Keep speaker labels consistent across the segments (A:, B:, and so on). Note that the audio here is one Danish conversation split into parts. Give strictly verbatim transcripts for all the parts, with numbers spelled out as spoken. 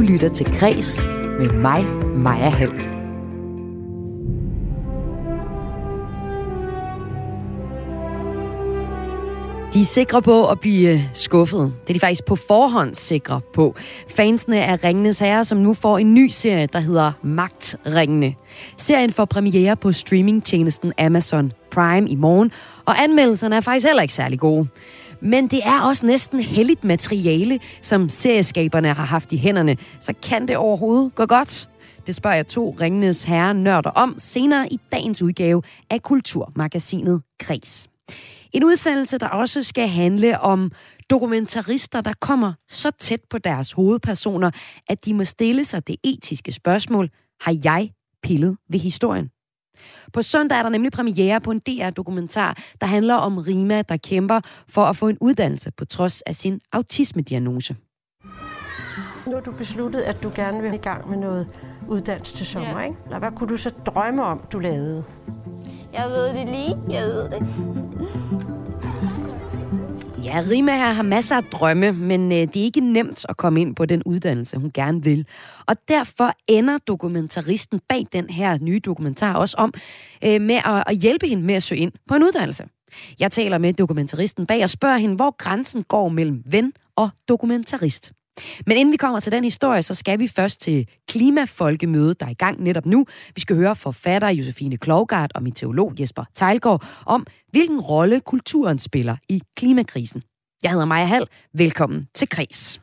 A: lytter til Kres med mig, Maja Hall. De er sikre på at blive skuffet. Det er de faktisk på forhånd sikre på. Fansene af Ringenes Herre, som nu får en ny serie, der hedder Magtringene. Serien får premiere på streamingtjenesten Amazon Prime i morgen, og anmeldelserne er faktisk heller ikke særlig gode. Men det er også næsten helligt materiale, som serieskaberne har haft i hænderne. Så kan det overhovedet gå godt? Det spørger jeg to Ringenes Herre-nørder om senere i dagens udgave af Kulturmagasinet Kres. En udsendelse, der også skal handle om dokumentarister, der kommer så tæt på deres hovedpersoner, at de må stille sig det etiske spørgsmål: har jeg pillet ved historien? På søndag er der nemlig premiere på en D R-dokumentar, der handler om Rima, der kæmper for at få en uddannelse på trods af sin autismediagnose.
B: Nu har du besluttet, at du gerne vil i gang med noget uddannelse til sommer, ja. Ikke? Eller hvad kunne du så drømme om, du lavede?
C: Jeg ved det lige. Jeg ved det.
A: Ja, Rima her har masser af drømme, men øh, det er ikke nemt at komme ind på den uddannelse, hun gerne vil. Og derfor ender dokumentaristen bag den her nye dokumentar også om øh, med at, at hjælpe hende med at søge ind på en uddannelse. Jeg taler med dokumentaristen bag og spørger hende, hvor grænsen går mellem ven og dokumentarist. Men inden vi kommer til den historie, så skal vi først til klimafolkemødet, der er i gang netop nu. Vi skal høre forfatter Josefine Klougart og meteorolog Jesper Teglgaard om, hvilken rolle kulturen spiller i klimakrisen. Jeg hedder Maja Hall. Velkommen til Kres.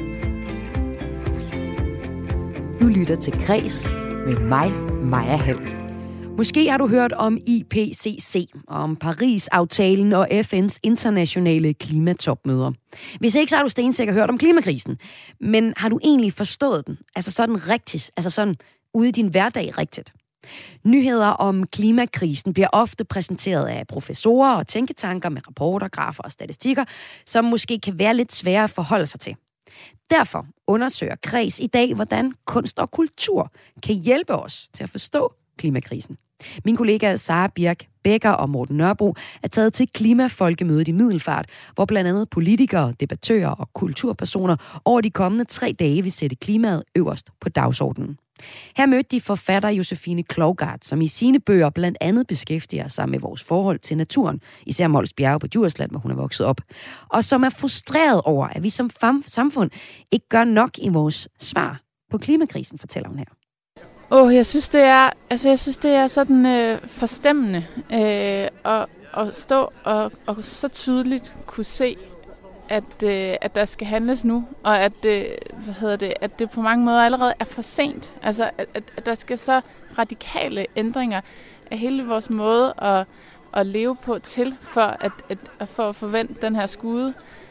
A: Du lytter til Kres med mig, Maja Hall. Måske har du hørt om I P C C, om Paris-aftalen og F N's internationale klimatopmøder. Hvis ikke, så har du stensikkert hørt om klimakrisen. Men har du egentlig forstået den? Altså sådan rigtigt, altså sådan ude i din hverdag rigtigt. Nyheder om klimakrisen bliver ofte præsenteret af professorer og tænketanker med rapporter, grafer og statistikker, som måske kan være lidt svære at forholde sig til. Derfor undersøger Kres i dag, hvordan kunst og kultur kan hjælpe os til at forstå klimakrisen. Min kollega Sara Birk Becker og Morten Nørrebro er taget til klimafolkemødet i Middelfart, hvor blandt andet politikere, debattører og kulturpersoner over de kommende tre dage vil sætte klimaet øverst på dagsordenen. Her mødte de forfatter Josefine Klougart, som i sine bøger blandt andet beskæftiger sig med vores forhold til naturen, især Mols Bjerge på Djursland, hvor hun er vokset op, og som er frustreret over, at vi som samfund ikke gør nok i vores svar på klimakrisen, fortæller hun her.
D: Åh, oh, jeg synes det er, altså jeg synes det er sådan øh, forstemmende øh, at, at stå og, og så tydeligt kunne se, at øh, at der skal handles nu, og at øh, hvad hedder det, at det på mange måder allerede er for sent. Altså at, at, at der skal så radikale ændringer af hele vores måde at, at leve på til for at, at, at for at forvente den her skude.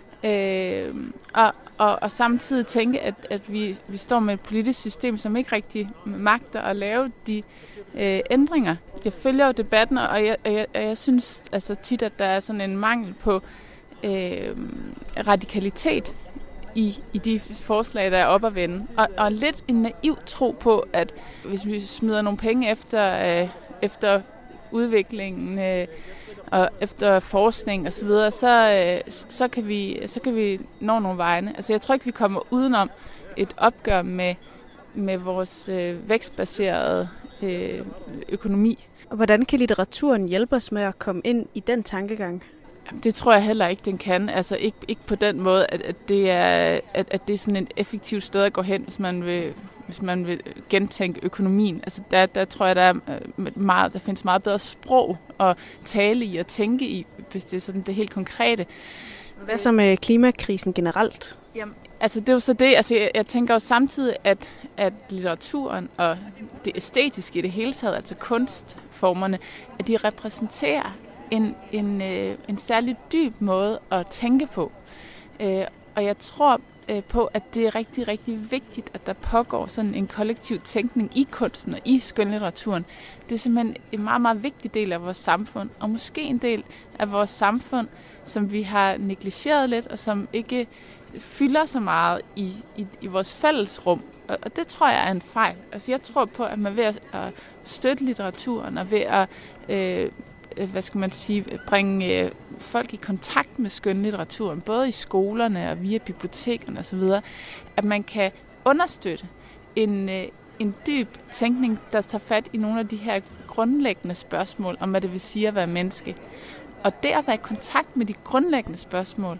D: Øh, og, og, og samtidig tænke, at, at vi, vi står med et politisk system, som ikke rigtig magter at lave de øh, ændringer. Jeg følger jo debatten, og jeg, og jeg, og jeg synes altså tit, at der er sådan en mangel på øh, radikalitet i, i de forslag, der er op at vende. Og, og lidt en naiv tro på, at hvis vi smider nogle penge efter, øh, efter udviklingen, øh, og efter forskning og så videre, så, så, kan vi, så kan vi nå nogle vegne. Altså jeg tror ikke, vi kommer udenom et opgør med, med vores øh, vækstbaserede øh, økonomi.
E: Og hvordan kan litteraturen hjælpe os med at komme ind i den tankegang?
D: Jamen, det tror jeg heller ikke, den kan. Altså ikke, ikke på den måde, at, at, det er, at, at det er sådan et effektivt sted at gå hen, hvis man vil, hvis man vil gentænke økonomien. Altså der, der tror jeg, der, er meget, der findes meget bedre sprog at tale i og tænke i, hvis det er sådan det helt konkrete.
E: Hvad så med klimakrisen generelt?
D: Jamen, altså det er jo så det. Altså jeg, jeg tænker jo samtidig, at, at litteraturen og det æstetiske i det hele taget, altså kunstformerne, at de repræsenterer en, en, øh, en særlig dyb måde at tænke på. Øh, og jeg tror øh, på, at det er rigtig, rigtig vigtigt, at der pågår sådan en kollektiv tænkning i kunsten og i skønlitteraturen. Det er simpelthen en meget, meget vigtig del af vores samfund, og måske en del af vores samfund, som vi har negligeret lidt, og som ikke fylder så meget i, i, i vores fællesrum. Og, og det tror jeg er en fejl. Altså jeg tror på, at man ved at, at støtte litteraturen og ved at øh, hvad skal man sige, bringe øh, folk i kontakt med skønlitteraturen, både i skolerne og via bibliotekerne osv., at man kan understøtte en, en dyb tænkning, der tager fat i nogle af de her grundlæggende spørgsmål om, hvad det vil sige at være menneske. Og det at være i kontakt med de grundlæggende spørgsmål,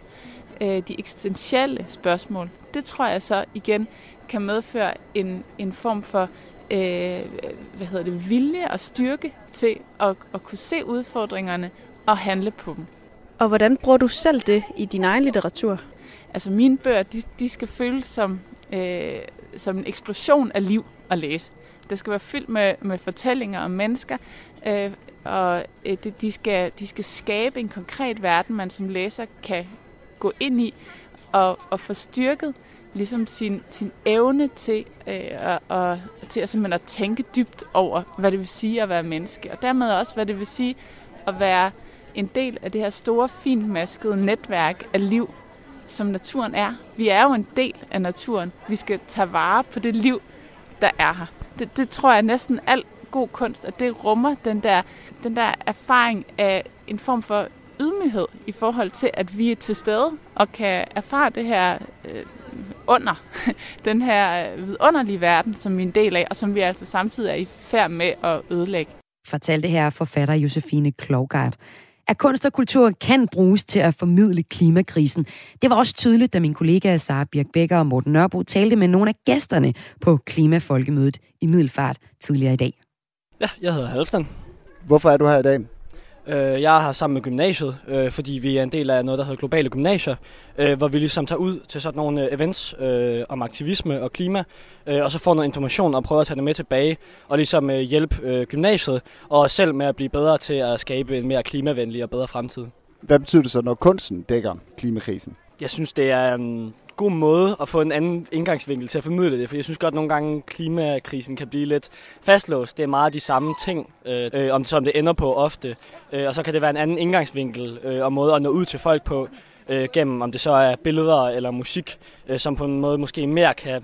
D: de eksistentielle spørgsmål, det tror jeg så igen kan medføre en, en form for øh, hvad hedder det, vilje og styrke til at, at kunne se udfordringerne og handle på dem.
E: Og hvordan bruger du selv det i din egen litteratur?
D: Altså mine bøger, de, de skal føles som, øh, som en eksplosion af liv at læse. Det skal være fyldt med, med fortællinger om mennesker, øh, og øh, de, de, skal, de skal skabe en konkret verden, man som læser kan gå ind i og, og få styrket ligesom sin, sin evne til, øh, og, og, til at, simpelthen at tænke dybt over, hvad det vil sige at være menneske, og dermed også, hvad det vil sige at være en del af det her store, fintmaskede netværk af liv, som naturen er. Vi er jo en del af naturen. Vi skal tage vare på det liv, der er her. Det, det tror jeg næsten al god kunst, at det rummer den der, den der erfaring af en form for ydmyghed i forhold til, at vi er til stede og kan erfare det her øh, under den her vidunderlige verden, som vi er en del af, og som vi altså samtidig er i færd med at ødelægge.
A: Fortalte her forfatter Josefine Klougart. At kunst og kultur kan bruges til at formidle klimakrisen. Det var også tydeligt, da min kollega Sara Birk Becker og Morten Nørbo talte med nogle af gæsterne på Klimafolkemødet i Middelfart tidligere i dag.
F: Ja, jeg hedder Halfdan.
G: Hvorfor er du her i dag?
F: Jeg er her sammen med gymnasiet, fordi vi er en del af noget, der hedder Globale Gymnasier, hvor vi ligesom tager ud til sådan nogle events om aktivisme og klima, og så får noget information og prøver at tage det med tilbage, og ligesom hjælpe gymnasiet og selv med at blive bedre til at skabe en mere klimavenlig og bedre fremtid.
G: Hvad betyder det så, når kunsten dækker klimakrisen?
F: Jeg synes, det er en god måde at få en anden indgangsvinkel til at formidle det, for jeg synes godt, at nogle gange klimakrisen kan blive lidt fastlåst. Det er meget de samme ting, øh, om, som det ender på ofte, øh, og så kan det være en anden indgangsvinkel øh, og måde at nå ud til folk på, øh, gennem om det så er billeder eller musik, øh, som på en måde måske mere kan...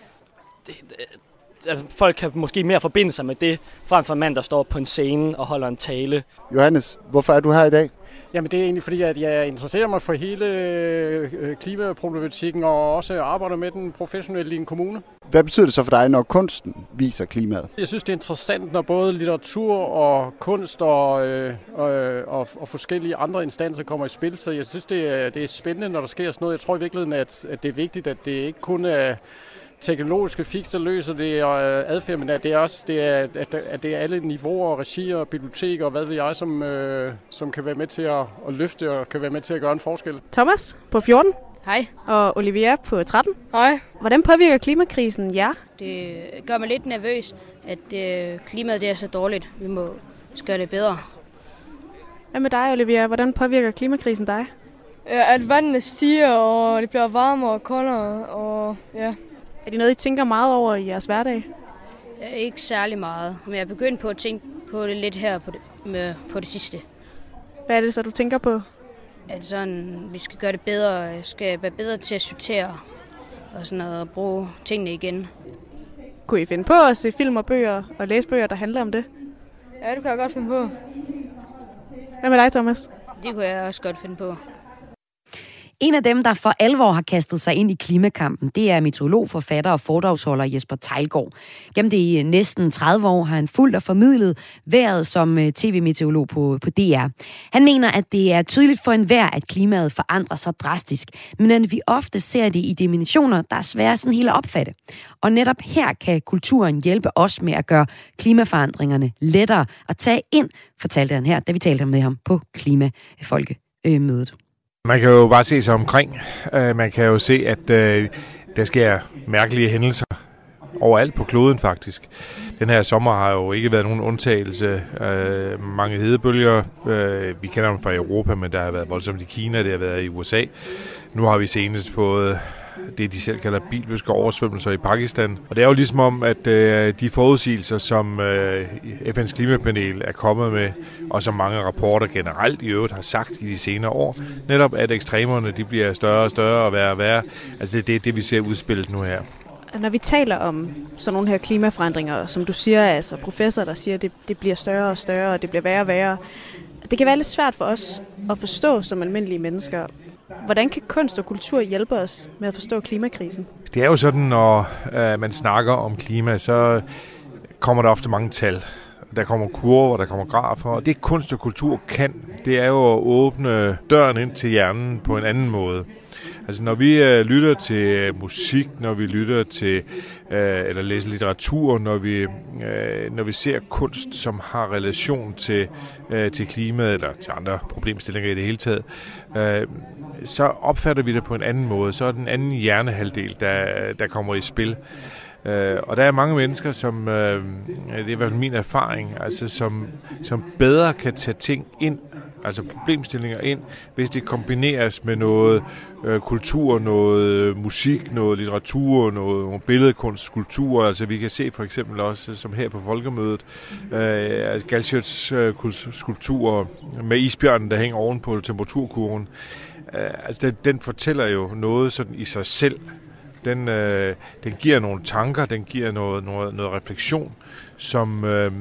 F: Det, det, folk kan måske mere forbinde sig med det, frem for en mand, der står på en scene og holder en tale.
G: Johannes, hvorfor er du her i dag?
H: Jamen det er egentlig fordi, at jeg interesserer mig for hele øh, klimaproblematikken og også arbejder med den professionelt i en kommune.
G: Hvad betyder det så for dig, når kunsten viser klimaet?
H: Jeg synes, det er interessant, når både litteratur og kunst og, øh, og, og, og forskellige andre instanser kommer i spil. Så jeg synes, det er, det er spændende, når der sker sådan noget. Jeg tror i virkeligheden, at, at det er vigtigt, at det ikke kun er teknologiske fix, der løser det og adfærd, men at det er også det er, at det er alle niveauer, regier, biblioteker og hvad ved jeg, som, øh, som kan være med til at, at løfte og kan være med til at gøre en forskel.
E: Thomas på fjorten.
C: Hej.
E: Og Olivia på tretten.
C: Hej.
E: Hvordan påvirker klimakrisen jer?
C: Det gør mig lidt nervøs, at øh, klimaet det er så dårligt. Vi må gøre det bedre.
E: Hvad med dig, Olivia? Hvordan påvirker klimakrisen dig?
I: At vandene stiger, og det bliver varmere og koldere, og ja.
E: Er det noget, I tænker meget over i jeres hverdag?
C: Ikke særlig meget, men jeg er begyndt på at tænke på det lidt her på det, med, på det sidste.
E: Hvad er det så, du tænker på?
C: At sådan, vi skal gøre det bedre, jeg skal være bedre til at sortere og sådan noget, og bruge tingene igen.
E: Kunne I finde på at se film og bøger og læse bøger, der handler om det?
I: Ja, det kan jeg godt finde på.
E: Hvad med dig, Thomas?
C: Det kunne jeg også godt finde på.
A: En af dem, der for alvor har kastet sig ind i klimakampen, det er meteorolog, forfatter og foredragsholder Jesper Theilgaard. Gennem de næsten tredive år har han fulgt og formidlet vejret som tv-meteorolog på, på D R. Han mener, at det er tydeligt for enhver, at klimaet forandrer sig drastisk, men at vi ofte ser det i dimensioner, der er svære sådan helt at opfatte. Og netop her kan kulturen hjælpe os med at gøre klimaforandringerne lettere at tage ind, fortalte han her, da vi talte med ham på Klimafolkemødet.
J: Man kan jo bare se sig omkring. Man kan jo se, at der sker mærkelige hændelser overalt på kloden faktisk. Den her sommer har jo ikke været nogen undtagelse. Mange hedebølger. Vi kender dem fra Europa, men der har været voldsomt i Kina, det har været i U S A. Nu har vi senest fået det, de selv kalder bilbøske oversvømmelser i Pakistan. Og det er jo ligesom om, at øh, de forudsigelser, som øh, F N's klimapanel er kommet med, og som mange rapporter generelt i øvrigt har sagt i de senere år, netop at ekstremerne de bliver større og større og værre og værre. Altså det er det, det, vi ser udspillet nu her.
E: Når vi taler om sådan nogle her klimaforandringer, som du siger, altså professor, der siger, at det, det bliver større og større, og det bliver værre og værre. Det kan være lidt svært for os at forstå som almindelige mennesker. Hvordan kan kunst og kultur hjælpe os med at forstå klimakrisen?
J: Det er jo sådan, når øh, man snakker om klima, så kommer der ofte mange tal. Der kommer kurver, der kommer grafer, og det kunst og kultur kan, det er jo at åbne døren ind til hjernen på en anden måde. Altså når vi øh, lytter til musik, når vi lytter til øh, eller læser litteratur, når vi øh, når vi ser kunst, som har relation til øh, til klimaet eller til andre problemstillinger i det hele taget, øh, så opfatter vi det på en anden måde. Så er den anden hjernehalvdel, der der kommer i spil. Uh, og der er mange mennesker, som, uh, det er i hvert fald min erfaring, altså som, som bedre kan tage ting ind, altså problemstillinger ind, hvis det kombineres med noget uh, kultur, noget musik, noget litteratur, noget, noget billedkunst, skulptur. Altså vi kan se for eksempel også, som her på Folkemødet, uh, Galschiøts uh, skulptur med isbjørnen, der hænger oven på temperaturkurven. Uh, altså den, den fortæller jo noget sådan i sig selv. Den, øh, den giver nogle tanker, den giver noget, noget, noget refleksion, som øh,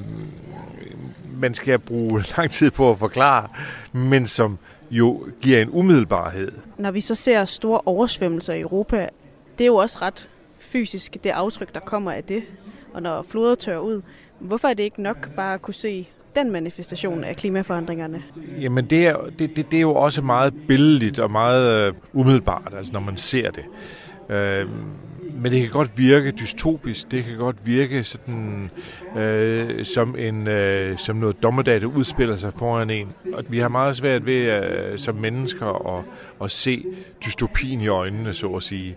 J: man skal bruge lang tid på at forklare, men som jo giver en umiddelbarhed.
E: Når vi så ser store oversvømmelser i Europa, det er jo også ret fysisk, det aftryk, der kommer af det. Og når floder tørrer ud, hvorfor er det ikke nok bare at kunne se den manifestation af klimaforandringerne?
J: Jamen det er, det, det, det er jo også meget billedligt og meget øh, umiddelbart, altså når man ser det. Øh, men det kan godt virke dystopisk, det kan godt virke sådan øh, som en øh, som noget dommedag, der udspiller sig foran en. Og vi har meget svært ved øh, som mennesker at, at se dystopien i øjnene, så at sige.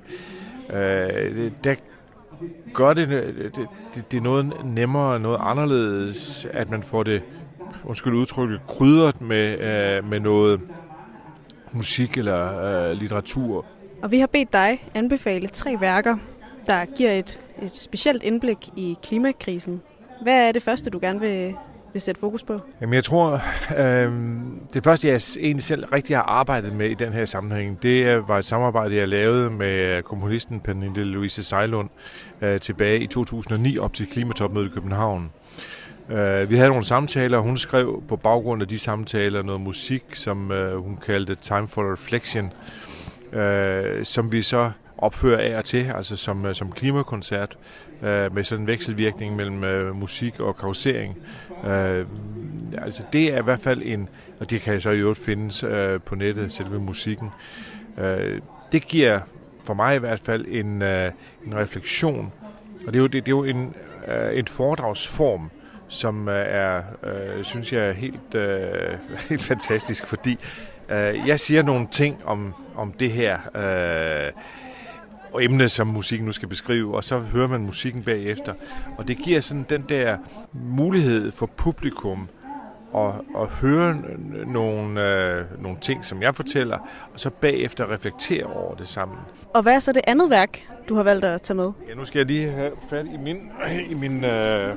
J: Øh, det, der gør det, det, det, det er noget nemmere, noget anderledes, at man får det, undskyld udtrykket, krydret med, øh, med noget musik eller øh, litteratur.
E: Og vi har bedt dig anbefale tre værker, der giver et, et specielt indblik i klimakrisen. Hvad er det første, du gerne vil, vil sætte fokus på?
J: Jamen jeg tror, øh, det første, jeg egentlig selv rigtig har arbejdet med i den her sammenhæng, det var et samarbejde, jeg lavede med komponisten Pernille Louise Sejlund øh, tilbage i to tusind og ni op til klimatopmødet i København. Uh, vi havde nogle samtaler, og hun skrev på baggrund af de samtaler noget musik, som uh, hun kaldte Time for Reflection, uh, som vi så opfører af og til, altså som, uh, som klimakoncert, uh, med sådan en vekselvirkning mellem uh, musik og causering. Uh, altså det er i hvert fald en, og det kan så i øvrigt findes uh, på nettet, selve musikken. Uh, det giver for mig i hvert fald en, uh, en refleksion, og det er jo, det, det er jo en, uh, en foredragsform, som er, øh, synes jeg, er helt, øh, helt fantastisk, fordi øh, jeg siger nogle ting om, om det her øh, og emne, som musikken nu skal beskrive, og så hører man musikken bagefter. Og det giver sådan den der mulighed for publikum at, at høre nogle, øh, nogle ting, som jeg fortæller, og så bagefter reflektere over det sammen.
E: Og hvad er så det andet værk, du har valgt at tage med?
J: Ja, nu skal jeg lige have fat i min... I min øh,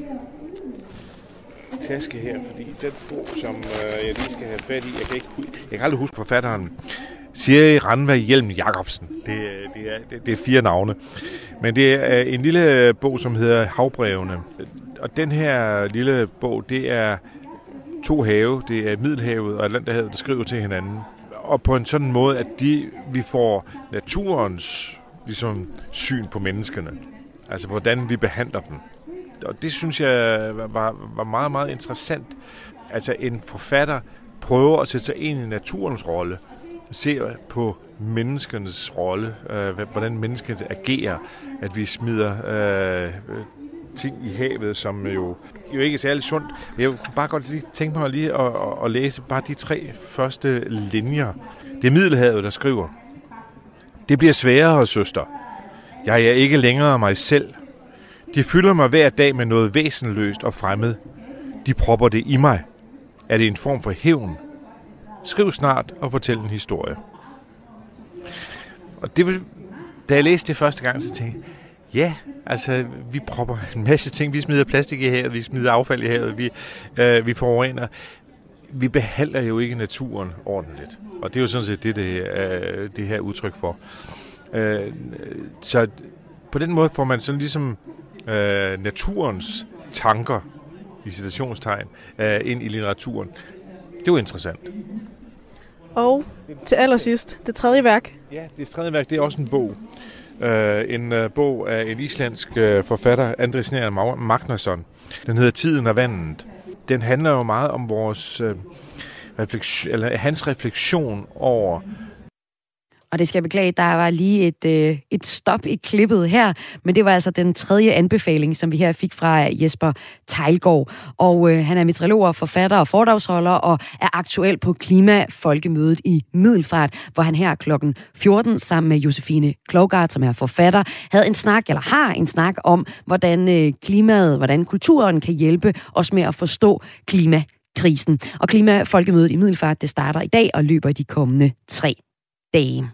J: taske her, fordi den bog, som øh, jeg lige skal have fat i, jeg kan ikke jeg kan aldrig huske forfatteren, Siri Ranva Hjelm Jacobsen. Det, det, er, det, det er fire navne. Men det er en lille bog, som hedder Havbrevene. Og den her lille bog, det er to have. Det er Middelhavet og Atlanterhavet, der skriver til hinanden. Og på en sådan måde, at de, vi får naturens ligesom, syn på menneskene. Altså, hvordan vi behandler dem. Og det synes jeg var, var meget, meget interessant. Altså en forfatter prøver at sætte sig ind i naturens rolle, se på menneskenes rolle, øh, hvordan mennesket agerer, at vi smider øh, ting i havet, som jo, jo ikke er særlig sundt. Jeg kunne bare godt lige tænke mig lige at, at, at læse bare de tre første linjer. Det er Middelhavet, der skriver: Det bliver sværere, søster. Jeg er ikke længere mig selv. De fylder mig hver dag med noget væsenløst og fremmed. De propper det i mig. Er det en form for hævn? Skriv snart og fortæl en historie. Og det, da jeg læste det første gang, så tænkte jeg, ja, altså vi propper en masse ting. Vi smider plastik i havet, vi smider affald i havet, vi, øh, vi forurener. Vi behandler jo ikke naturen ordentligt. Og det er jo sådan set det, det, øh, det her udtryk for. Øh, så på den måde får man sådan ligesom øh, naturens tanker, i citationstegn, øh, ind i litteraturen. Det er jo interessant.
E: Og til allersidst, det tredje værk.
J: Ja, det tredje værk, det er også en bog. Uh, en uh, bog af en islandsk uh, forfatter, Andris Snær Magnason. Den hedder Tiden og vandet. Den handler jo meget om vores, uh, refleksion, eller hans refleksion over.
A: Og det skal jeg beklage, der var lige et, øh, et stop i klippet her, men det var altså den tredje anbefaling, som vi her fik fra Jesper Teglgaard. Og øh, han er meteorolog, forfatter og foredragsholder og er aktuel på Klimafolkemødet i Middelfart, hvor han her klokken fjorten sammen med Josefine Klougart, som er forfatter, havde en snak, eller har en snak om, hvordan øh, klimaet, hvordan kulturen kan hjælpe os med at forstå klimakrisen. Og Klimafolkemødet i Middelfart, det starter i dag og løber de kommende tre dage.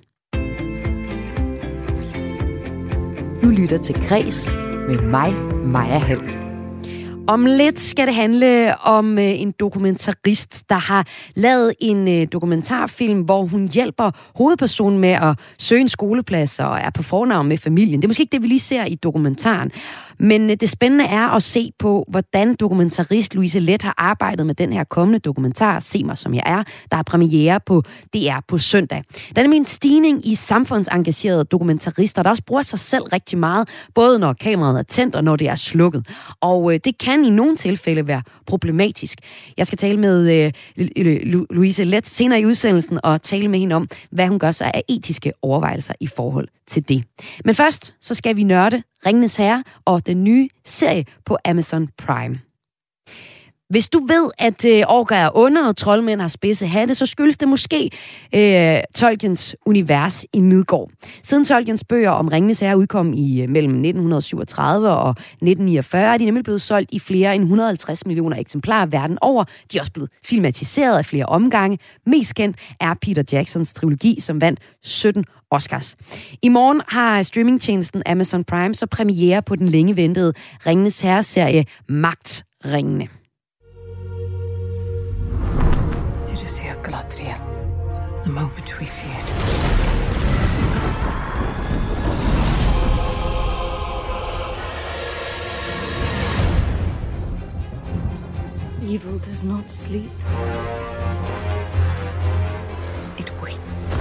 A: Du lytter til Græs med mig, Maja Hall. Om lidt skal det handle om øh, en dokumentarist, der har lavet en øh, dokumentarfilm, hvor hun hjælper hovedpersonen med at søge en skoleplads og er på fornavn med familien. Det er måske ikke det, vi lige ser i dokumentaren. Men øh, det spændende er at se på, hvordan dokumentarist Louise Let har arbejdet med den her kommende dokumentar, Se mig som jeg er, der er premiere på D R på søndag. Der er nemlig en stigning i samfundsengagerede dokumentarister, der også bruger sig selv rigtig meget, både når kameraet er tændt og når det er slukket. Og øh, det kan kan i nogle tilfælde være problematisk. Jeg skal tale med øh, Louise Let senere i udsendelsen og tale med hende om, hvad hun gør sig af etiske overvejelser i forhold til det. Men først så skal vi nørde Ringenes Herre og den nye serie på Amazon Prime. Hvis du ved, at øh, orker er onde og troldmænd har spidse hatte, så skyldes det måske øh, Tolkiens univers i Midgård. Siden Tolkiens bøger om Ringenes Herre udkom i øh, mellem nitten syvogtredive og nitten niogfyrre, er de nemlig blevet solgt i flere end et hundrede og halvtreds millioner eksemplarer verden over. De er også blevet filmatiseret af flere omgange. Mest kendt er Peter Jacksons trilogi, som vandt sytten Oscars. I morgen har streamingtjenesten Amazon Prime så premiere på den længe ventede Ringenes Herre-serie Magtringene.
K: It is here, Galadriel. The moment we feared. Evil does not sleep. It waits.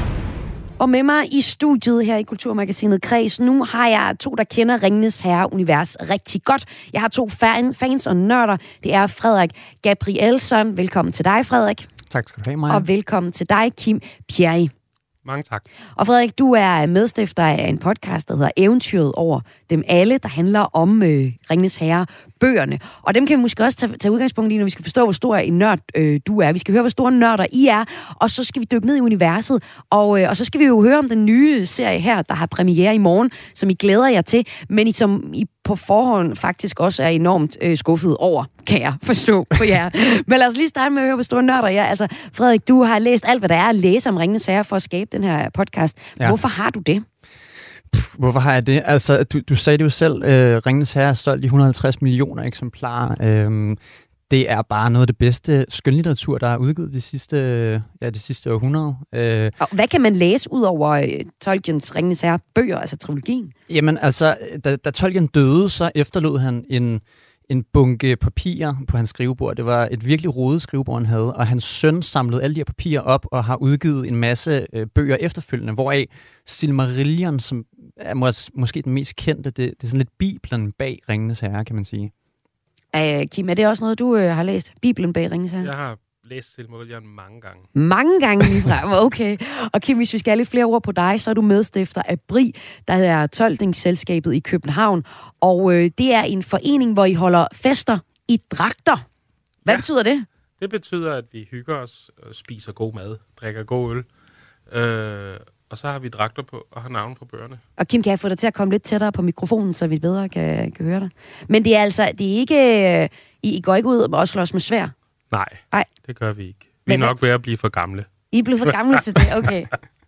A: Og med mig i studiet her i Kulturmagasinet Græs, nu har jeg to, der kender Ringenes Herre-univers rigtig godt. Jeg har to fan, fans og nørder. Det er Frederik Gabrielsson. Velkommen til dig, Frederik.
L: Tak skal du have, Maja.
A: Og velkommen til dig, Kim Pierre.
M: Mange tak.
A: Og Frederik, du er medstifter af en podcast, der hedder Eventyret over dem alle, der handler om øh, Ringenes Herre-bøgerne. Og dem kan vi måske også tage, tage udgangspunkt i, når vi skal forstå, hvor stor en nørd øh, du er. Vi skal høre, hvor store nørder I er, og så skal vi dykke ned i universet. Og, øh, og så skal vi jo høre om den nye serie her, der har premiere i morgen, som I glæder jer til, men I, som I på forhånd faktisk også er enormt øh, skuffet over, kan jeg forstå på jer. Men lad os lige starte med at høre, hvor store nørder I er. Altså, Frederik, du har læst alt, hvad der er at læse om Ringenes Herre for at skabe den her podcast. Ja. Hvorfor har du det?
L: Pff, hvorfor har jeg det? Altså, du, du sagde det jo selv, øh, Ringenes Herre er solgt i et hundrede og halvtreds millioner eksemplarer. Øh, det er bare noget af det bedste skønlitteratur, der er udgivet de sidste, ja, de sidste århundrede. Øh,
A: Og hvad kan man læse ud over øh, Tolkiens Ringenes Herre-bøger, altså trilogien?
L: Jamen, altså, da, da Tolkien døde, så efterlod han en en bunke papirer på hans skrivebord. Det var et virkelig rodet skrivebord, han havde, og hans søn samlede alle de her papirer op og har udgivet en masse øh, bøger efterfølgende, hvoraf Silmarillion, som er mås- måske den mest kendte, det, det er sådan lidt Bibelen bag Ringenes Herre, kan man sige.
A: Uh, Kim, er det også noget, du øh, har læst? Bibelen bag Ringenes Herre?
M: Jeg har læst Silmarillion mange gange.
A: Mange gange lige frem, okay. Og Kim, hvis vi skal have lidt flere ord på dig, så er du medstifter af B R I, der hedder Tolkningsselskabet i København. Og øh, det er en forening, hvor I holder fester i dragter. Hvad ja. betyder det?
M: Det betyder, at vi hygger os, og spiser god mad, drikker god øl. Øh, og så har vi dragter på og har navn på bøgerne.
A: Og Kim, kan jeg få dig til at komme lidt tættere på mikrofonen, så vi bedre kan, kan høre dig? Men det er altså, det er ikke, I, I går ikke ud og slås med sværd?
M: Nej, Nej, det gør vi ikke. Vi er
A: Men,
M: nok ved at blive for gamle. I
A: er blevet for gamle til det, okay.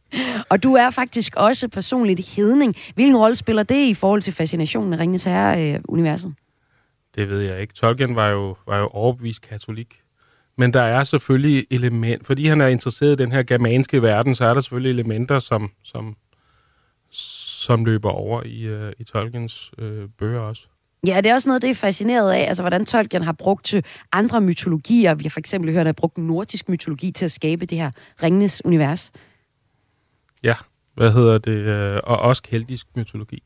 A: Og du er faktisk også personligt hedning. Hvilken rolle spiller det i forhold til fascinationen af Ringenes Herre-universet?
M: Det ved jeg ikke. Tolkien var jo, var jo overbevist katolik. Men der er selvfølgelig element, fordi han er interesseret i den her germanske verden, så er der selvfølgelig elementer, som, som, som løber over i, uh, i Tolkiens uh, bøger også.
A: Ja, det er også noget, det er fascineret af, altså hvordan Tolkien har brugt til andre mytologier. Vi har for eksempel hørt, at han har brugt nordisk mytologi til at skabe det her Ringenes univers.
M: Ja, hvad hedder det? Og også keltisk mytologi.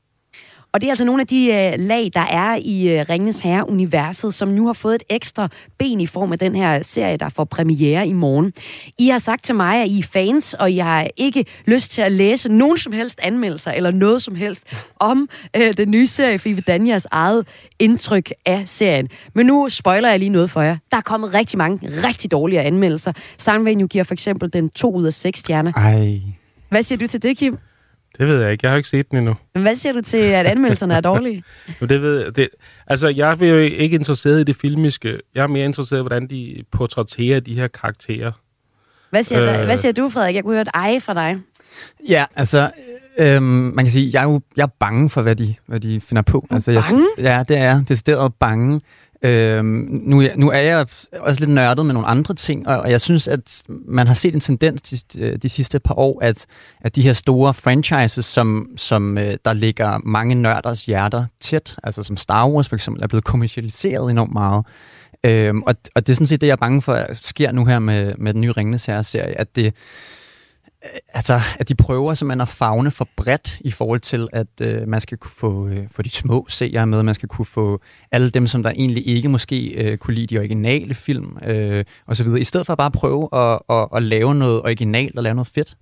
A: Og det er altså nogle af de øh, lag, der er i øh, Ringenes Herre-universet, som nu har fået et ekstra ben i form af den her serie, der får premiere i morgen. I har sagt til mig, at I er fans, og I har ikke lyst til at læse nogen som helst anmeldelser eller noget som helst om øh, den nye serie, for I vil danne jeres eget indtryk af serien. Men nu spoiler jeg lige noget for jer. Der er kommet rigtig mange rigtig dårlige anmeldelser. Soundvenue giver for eksempel den to ud af seks stjerner.
L: Ej.
A: Hvad siger du til det, Kim?
M: Det ved jeg ikke. Jeg har ikke set den endnu.
A: Hvad siger du til, at anmeldelserne er dårlige?
M: det ved jeg. Det, altså, jeg er jo ikke interesseret i det filmiske. Jeg er mere interesseret i, hvordan de portrætterer de her karakterer.
A: Hvad siger, øh, hvad siger du, Frederik? Jeg kunne høre et ej fra dig.
L: Ja, altså, øhm, man kan sige, jeg er jo jeg er bange for, hvad de, hvad de finder på.
A: Du
L: altså,
A: jeg, bange?
L: Ja, det er jeg. Decideret bange. Øhm, nu, nu er jeg også lidt nørdet med nogle andre ting, og, og jeg synes, at man har set en tendens de, de sidste par år, at, at de her store franchises, som, som øh, der ligger mange nørders hjerter tæt, altså som Star Wars for eksempel, er blevet kommercialiseret enormt meget. Øhm, og, og det er sådan set det, jeg er bange for, at sker nu her med, med den nye Ringenes Herre-serie, at det Altså, at de prøver simpelthen at favne for bredt i forhold til, at øh, man skal kunne få, øh, få de små seere med, man skal kunne få alle dem, som der egentlig ikke måske øh, kunne lide de originale film, øh, og så videre. I stedet for at bare prøve at, at, at lave noget originalt og lave noget fedt.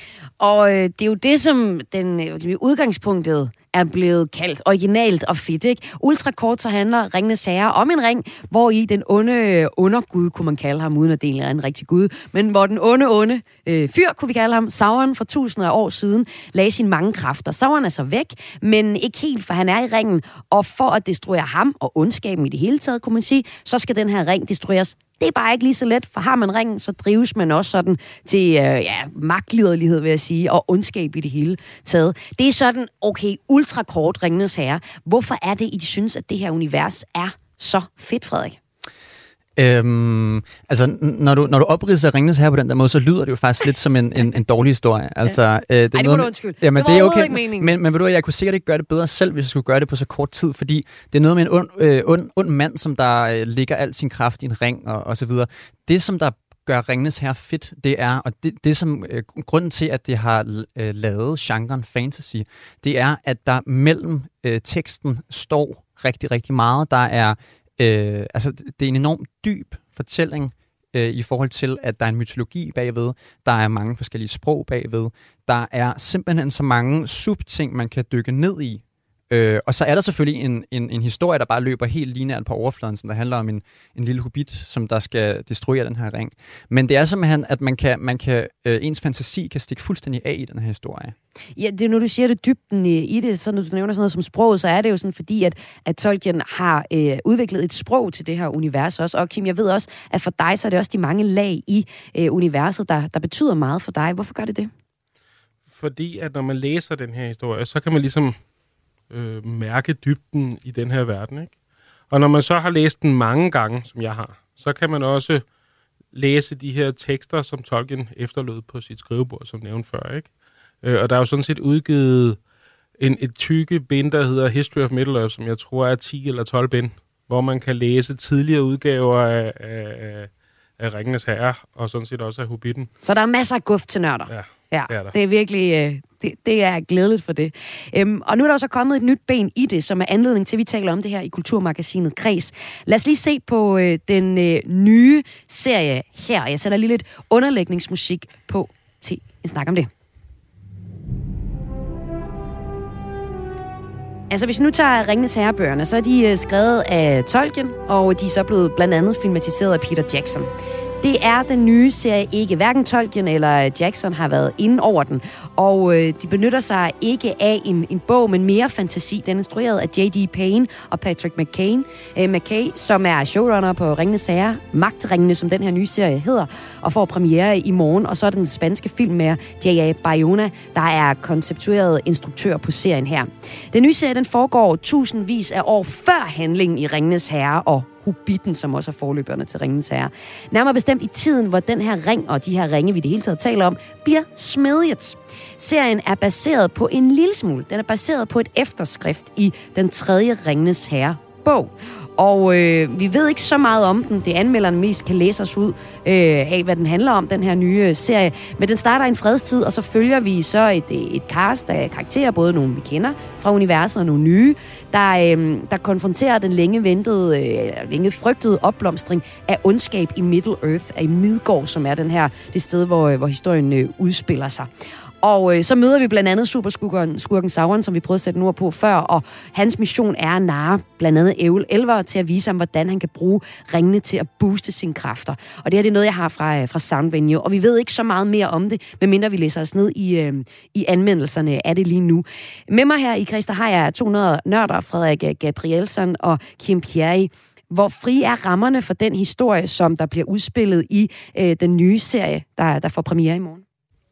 A: Og øh, det er jo det, som den øh, udgangspunktet er blevet kaldt originalt og fedt, ikke? Ultrakort, så handler Ringenes Herre om en ring, hvor i den onde undergud, kunne man kalde ham, uden at det er en rigtig gud, men hvor den onde, onde øh, fyr, kunne vi kalde ham, Sauron for tusinder af år siden, lagde sine mange kræfter. Sauron er så væk, men ikke helt, for han er i ringen, og for at destruere ham og ondskaben i det hele taget, kunne man sige, så skal den her ring destrueres. Det er bare ikke lige så let, for har man ringen, så drives man også sådan til øh, ja, magtliderlighed, vil jeg sige, og ondskab i det hele taget. Det er sådan, okay, ultrakort Ringenes Herre. Hvorfor er det, I synes, at det her univers er så fedt, Frederik?
L: Øhm, altså, når du, når du opridser Ringenes Herre på den der måde, så lyder det jo faktisk lidt som en, en, en dårlig historie. Altså,
A: ja.
L: øh, det er
A: Ej, det må du undskylde.
L: Jamen,
A: det,
L: det er okay.
A: Men,
L: men, men ved du hvad, jeg kunne sikkert ikke gøre det bedre selv, hvis jeg skulle gøre det på så kort tid, fordi det er noget med en ond, øh, ond, ond mand, som der øh, ligger al sin kraft i en ring, og, og så videre. Det, som der gør Ringenes Herre fedt, det er, og det, det som øh, grunden til, at det har øh, lavet genren fantasy, det er, at der mellem øh, teksten står rigtig, rigtig meget. Der er Øh, altså, det er en enormt dyb fortælling øh, i forhold til, at der er en mytologi bagved, der er mange forskellige sprog bagved, der er simpelthen så mange subting, man kan dykke ned i. Øh, og så er der selvfølgelig en, en, en historie, der bare løber helt lineært på overfladen, som der handler om en, en lille hobbit, som der skal destruere den her ring. Men det er simpelthen, at man kan, man kan, øh, ens fantasi kan stikke fuldstændig af i den her historie.
A: Ja, det, når du siger det dybden i, i det, så når du nævner sådan noget som sproget, så er det jo sådan fordi, at, at Tolkien har øh, udviklet et sprog til det her univers også. Og Kim, jeg ved også, at for dig, så er det også de mange lag i øh, universet, der, der betyder meget for dig. Hvorfor gør det det?
M: Fordi at når man læser den her historie, så kan man ligesom øh, mærke dybden i den her verden, ikke? Og når man så har læst den mange gange, som jeg har, så kan man også læse de her tekster, som Tolkien efterlod på sit skrivebord, som nævnt før, ikke? Øh, og der er jo sådan set udgivet en, et tykke bind, der hedder History of Middle-earth, som jeg tror er ti eller tolv bind, hvor man kan læse tidligere udgaver af, af, af Ringenes Herre, og sådan set også af Hobbiten.
A: Så der er masser af guf til nørder.
M: Ja,
A: ja
M: det er der.
A: Det er virkelig... Øh, det, det er glædeligt for det. Øhm, og nu er der så kommet et nyt ben i det, som er anledning til, at vi taler om det her i Kulturmagasinet Kreds. Lad os lige se på øh, den øh, nye serie her. Jeg sætter lige lidt underlægningsmusik på til en snak om det. Altså, hvis vi nu tager Ringenes Herre-bøgerne, så er de øh, skrevet af Tolkien, og de er så blevet blandt andet filmatiseret af Peter Jackson. Det er den nye serie ikke. Hverken Tolkien eller Jackson har været inde over den, og øh, de benytter sig ikke af en, en bog, men mere fantasi. Den er instrueret af J D Payne og Patrick McCain, øh, McKay, som er showrunner på Ringenes Herre, Magtringene, som den her nye serie hedder, og får premiere i morgen. Og så er den spanske filmmager J A Bayona, der er konceptueret instruktør på serien her. Den nye serie, den foregår tusindvis af år før handlingen i Ringenes Herre og Hobbiten, som også er forløberne til Ringenes Herre. Nærmere bestemt i tiden, hvor den her ring og de her ringe, vi det hele taget taler om, bliver smedet. Serien er baseret på en lille smule. Den er baseret på et efterskrift i den tredje Ringenes Herre bog. Og øh, vi ved ikke så meget om den. Det anmelderen mest kan læse os ud øh, af, hvad den handler om, den her nye øh, serie. Men den starter i en fredstid, og så følger vi så et, et cast af karakterer, både nogle vi kender fra universet og nogle nye, der, øh, der konfronterer den længe ventede, øh, længe frygtede opblomstring af ondskab i Middle-earth, af i Midgård, som er den her, det sted, hvor, hvor historien øh, udspiller sig. Og øh, så møder vi blandt andet superskurken skurken Sauron, som vi prøvede at sætte ord på før, og hans mission er at narre blandt andet Elver til at vise ham, hvordan han kan bruge ringene til at booste sine kræfter. Og det her det er noget, jeg har fra, fra Soundvenue, og vi ved ikke så meget mere om det, medmindre vi læser os ned i, øh, i anmeldelserne af det lige nu. Med mig her i Kreds, der har jeg to hundrede nørder, Frederik Gabrielsen og Kim Pierre. Hvor fri er rammerne for den historie, som der bliver udspillet i øh, den nye serie, der, der får premiere i morgen?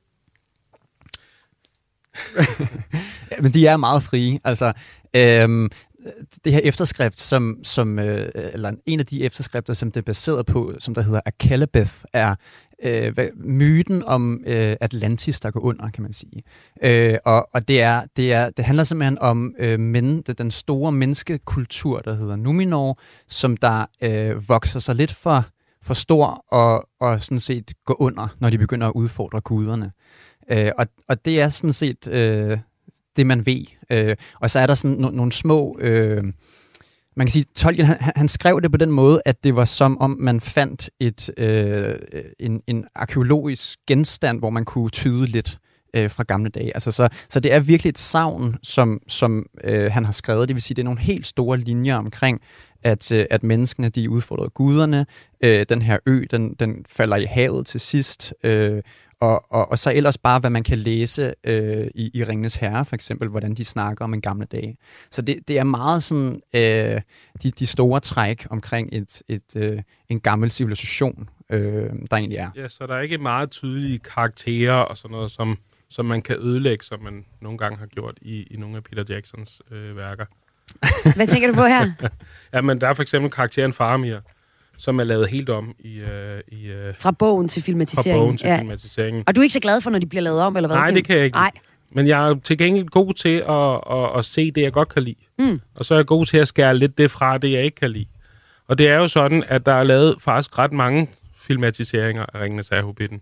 L: Ja, men de er meget frie. Altså, øhm, det her efterskrift, som, som øh, eller en af de efterskrifter, som det er baseret på, som der hedder Akalabeth, er øh, myten om øh, Atlantis, der går under, kan man sige. Øh, og og det, er, det, er, det handler simpelthen om øh, men, den store menneskekultur, der hedder Numenor, som der øh, vokser sig lidt for, for stor og, og sådan set går under, når de begynder at udfordre guderne. Øh, og, og det er sådan set øh, det, man ved. Øh, og så er der sådan no- nogle små... Øh, man kan sige, Tolkien, han, han skrev det på den måde, at det var som om, man fandt et, øh, en, en arkeologisk genstand, hvor man kunne tyde lidt øh, fra gamle dage. Altså, så, så det er virkelig et sagn, som, som øh, han har skrevet. Det vil sige, det er nogle helt store linjer omkring, at, øh, at menneskene, de udfordrede guderne. Øh, den her ø, den, den falder i havet til sidst. Øh, Og, og, og så ellers bare, hvad man kan læse øh, i, i Ringenes Herre, for eksempel, hvordan de snakker om en gamle dage. Så det, det er meget sådan øh, de, de store træk omkring et, et, øh, en gammel civilisation, øh, der egentlig er.
M: Ja, så der er ikke meget tydelige karakterer og sådan noget, som, som man kan ødelægge, som man nogle gange har gjort i, i nogle af Peter Jacksons øh, værker.
A: Hvad tænker du på her?
M: Ja, men der er for eksempel karakteren Faramir, som er lavet helt om i... Øh, i øh,
A: fra bogen til filmatiseringen.
M: Fra bogen til
A: ja.
M: filmatiseringen.
A: Og du er ikke så glad for, når de bliver lavet om, eller hvad?
M: Nej, det kan jeg ikke.
A: Nej.
M: Men jeg er til gengæld god til at, at, at se det, jeg godt kan lide.
A: Mm.
M: Og så er jeg god til at skære lidt det fra, det jeg ikke kan lide. Og det er jo sådan, at der er lavet faktisk ret mange filmatiseringer af Ringenes Herre Hobbiten.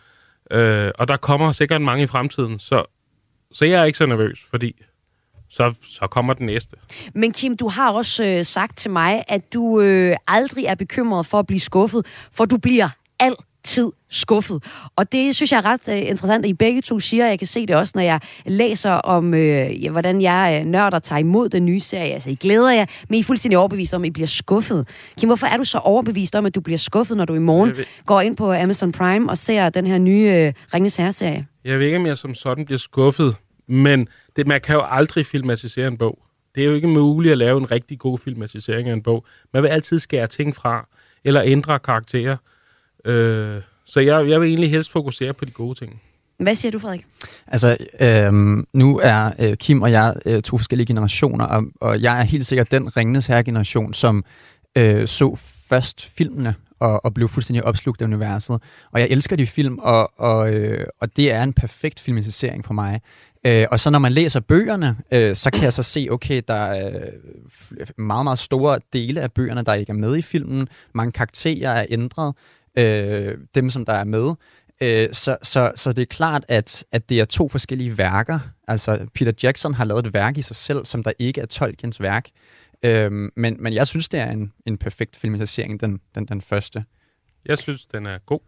M: Øh, og der kommer sikkert mange i fremtiden. Så, så jeg er ikke så nervøs, fordi... Så, så kommer den næste.
A: Men Kim, du har også øh, sagt til mig, at du øh, aldrig er bekymret for at blive skuffet, for du bliver altid skuffet. Og det synes jeg er ret øh, interessant, at I begge to siger, jeg kan se det også, når jeg læser om, øh, ja, hvordan jeg øh, nørder tager imod den nye serie. Altså, I glæder jer, men I er fuldstændig overbevist om, at I bliver skuffet. Kim, hvorfor er du så overbevist om, at du bliver skuffet, når du i morgen går ind på Amazon Prime og ser den her nye øh, Ringenes Herre-serie?
M: Jeg ved ikke, om jeg som sådan bliver skuffet, men det, man kan jo aldrig filmatisere en bog. Det er jo ikke muligt at lave en rigtig god filmatisering af en bog. Man vil altid skære ting fra, eller ændre karakterer. Øh, så jeg, jeg vil egentlig helst fokusere på de gode ting.
A: Hvad siger du, Frederik?
L: Altså, øhm, nu er øh, Kim og jeg øh, to forskellige generationer, og, og jeg er helt sikkert den Ringenes Herre-generation, som øh, så først filmene, og, og blev fuldstændig opslugt af universet. Og jeg elsker de film, og, og, øh, og det er en perfekt filmatisering for mig. Øh, og så når man læser bøgerne, øh, så kan jeg så se, okay, der er meget, meget store dele af bøgerne, der ikke er med i filmen. Mange karakterer er ændret, øh, dem som der er med. Øh, så, så, så det er klart, at, at det er to forskellige værker. Altså, Peter Jackson har lavet et værk i sig selv, som der ikke er Tolkiens værk. Øh, men, men jeg synes, det er en, en perfekt filmatisering, den, den, den første.
M: Jeg synes, den er god.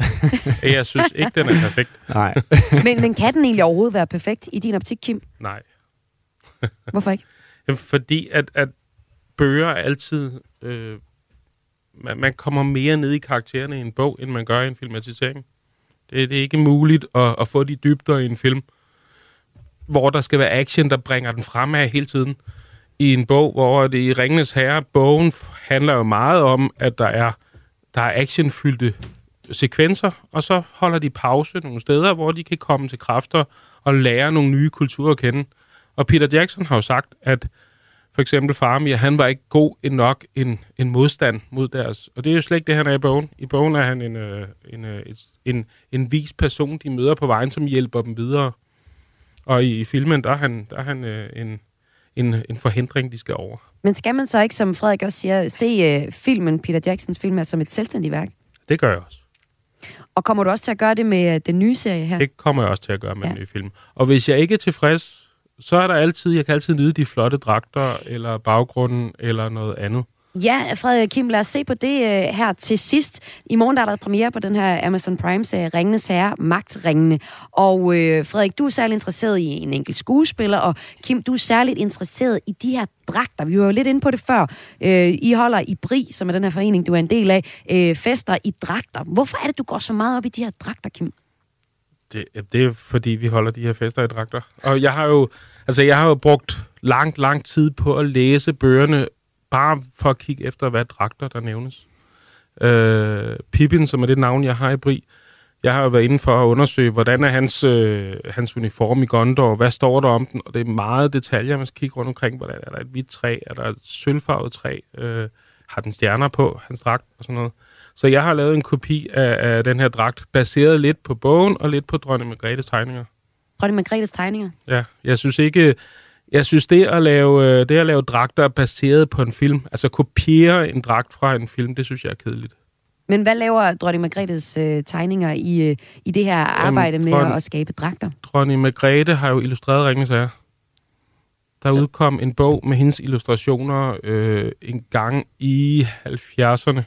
M: Jeg synes ikke, den er perfekt.
L: Nej.
A: men, men kan den egentlig overhovedet være perfekt i din optik, Kim?
M: Nej.
A: Hvorfor ikke?
M: Jamen, fordi at, at bøger er altid... Øh, man, man kommer mere ned i karaktererne i en bog, end man gør i en filmatisering. Det, det er ikke muligt at, at få de dybder i en film, hvor der skal være action, der bringer den fremad hele tiden. I en bog, hvor det i Ringenes Herre, bogen handler jo meget om, at der er, der er actionfyldte sekvenser, og så holder de pause nogle steder, hvor de kan komme til kræfter og lære nogle nye kulturer at kende. Og Peter Jackson har jo sagt, at for eksempel Faramir, han var ikke god nok en, en modstand mod deres. Og det er jo slet ikke det, han er i bogen. I bogen er han en, øh, en, øh, en, en vis person, de møder på vejen, som hjælper dem videre. Og i, i filmen, der er han, der er han øh, en, en, en forhindring, de skal over.
A: Men skal man så ikke, som Frederik også siger, se øh, filmen, Peter Jacksons film, her, som et selvstændigt værk?
M: Det gør jeg også.
A: Og kommer du også til at gøre det med den nye serie her?
M: Det kommer jeg også til at gøre med ja. den nye film. Og hvis jeg ikke er tilfreds, så er der altid, jeg kan altid nyde de flotte dragter, eller baggrunden, eller noget andet.
A: Ja, Frederik Kim, lad os se på det uh, her til sidst. I morgen der er der premiere på den her Amazon Prime-serie Ringenes Herre, Magtringene. Og uh, Frederik, du er særlig interesseret i en enkelt skuespiller, og Kim, du er særligt interesseret i de her dragter. Vi var jo lidt inde på det før. Uh, I holder i Bri, som er den her forening, du er en del af, uh, fester i dragter. Hvorfor er det, du går så meget op i de her dragter, Kim?
M: Det, det er fordi, vi holder de her fester i dragter. Og jeg har jo, altså, jeg har jo brugt lang, lang tid på at læse bøgerne, bare for at kigge efter, hvad dragter der nævnes. Øh, Pippin, som er det navn, jeg har i Bri, jeg har jo været inde for at undersøge, hvordan er hans, øh, hans uniform i Gondor, hvad står der om den, og det er meget detaljer, man skal kigge rundt omkring, hvordan er der et hvidt træ, er der et sølvfarvet træ, øh, har den stjerner på, hans dragt og sådan noget. Så jeg har lavet en kopi af, af den her dragt, baseret lidt på bogen og lidt på Dronning Margrethes tegninger.
A: Dronning Margrethes tegninger?
M: Ja, jeg synes ikke... Jeg synes, det at lave, det at lave dragter baseret på en film, altså kopiere en dragt fra en film, det synes jeg er kedeligt.
A: Men hvad laver Dronning Margrethes øh, tegninger i, øh, i det her arbejde Jamen, med dron- at skabe dragter?
M: Dronning Margrethe har jo illustreret Ringenes Herre. Der Så. udkom en bog med hendes illustrationer øh, en gang i halvfjerdserne,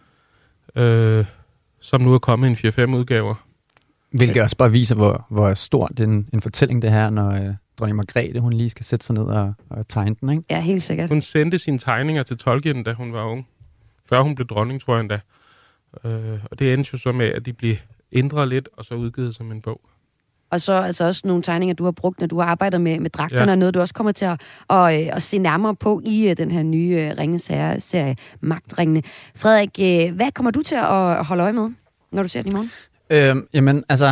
M: øh, som nu er kommet i en fire fem udgaver.
L: Hvilket også bare viser, hvor, hvor stort en, en fortælling det her, når... Øh Dronning Margrethe, hun lige skal sætte sig ned og, og tegne den, ikke?
A: Ja, helt sikkert.
M: Hun sendte sine tegninger til Tolkien, da hun var ung. Før hun blev dronning, tror jeg endda. Øh, og det endte jo så med, at de blev ændret lidt, og så udgivet som en bog.
A: Og så altså også nogle tegninger, du har brugt, når du har arbejdet med, med dragterne, ja. Og noget, du også kommer til at, at, at se nærmere på i den her nye Ringenes Herre-serie, Magtringene. Frederik, hvad kommer du til at holde øje med, når du ser den i morgen?
L: Øhm, jamen, altså,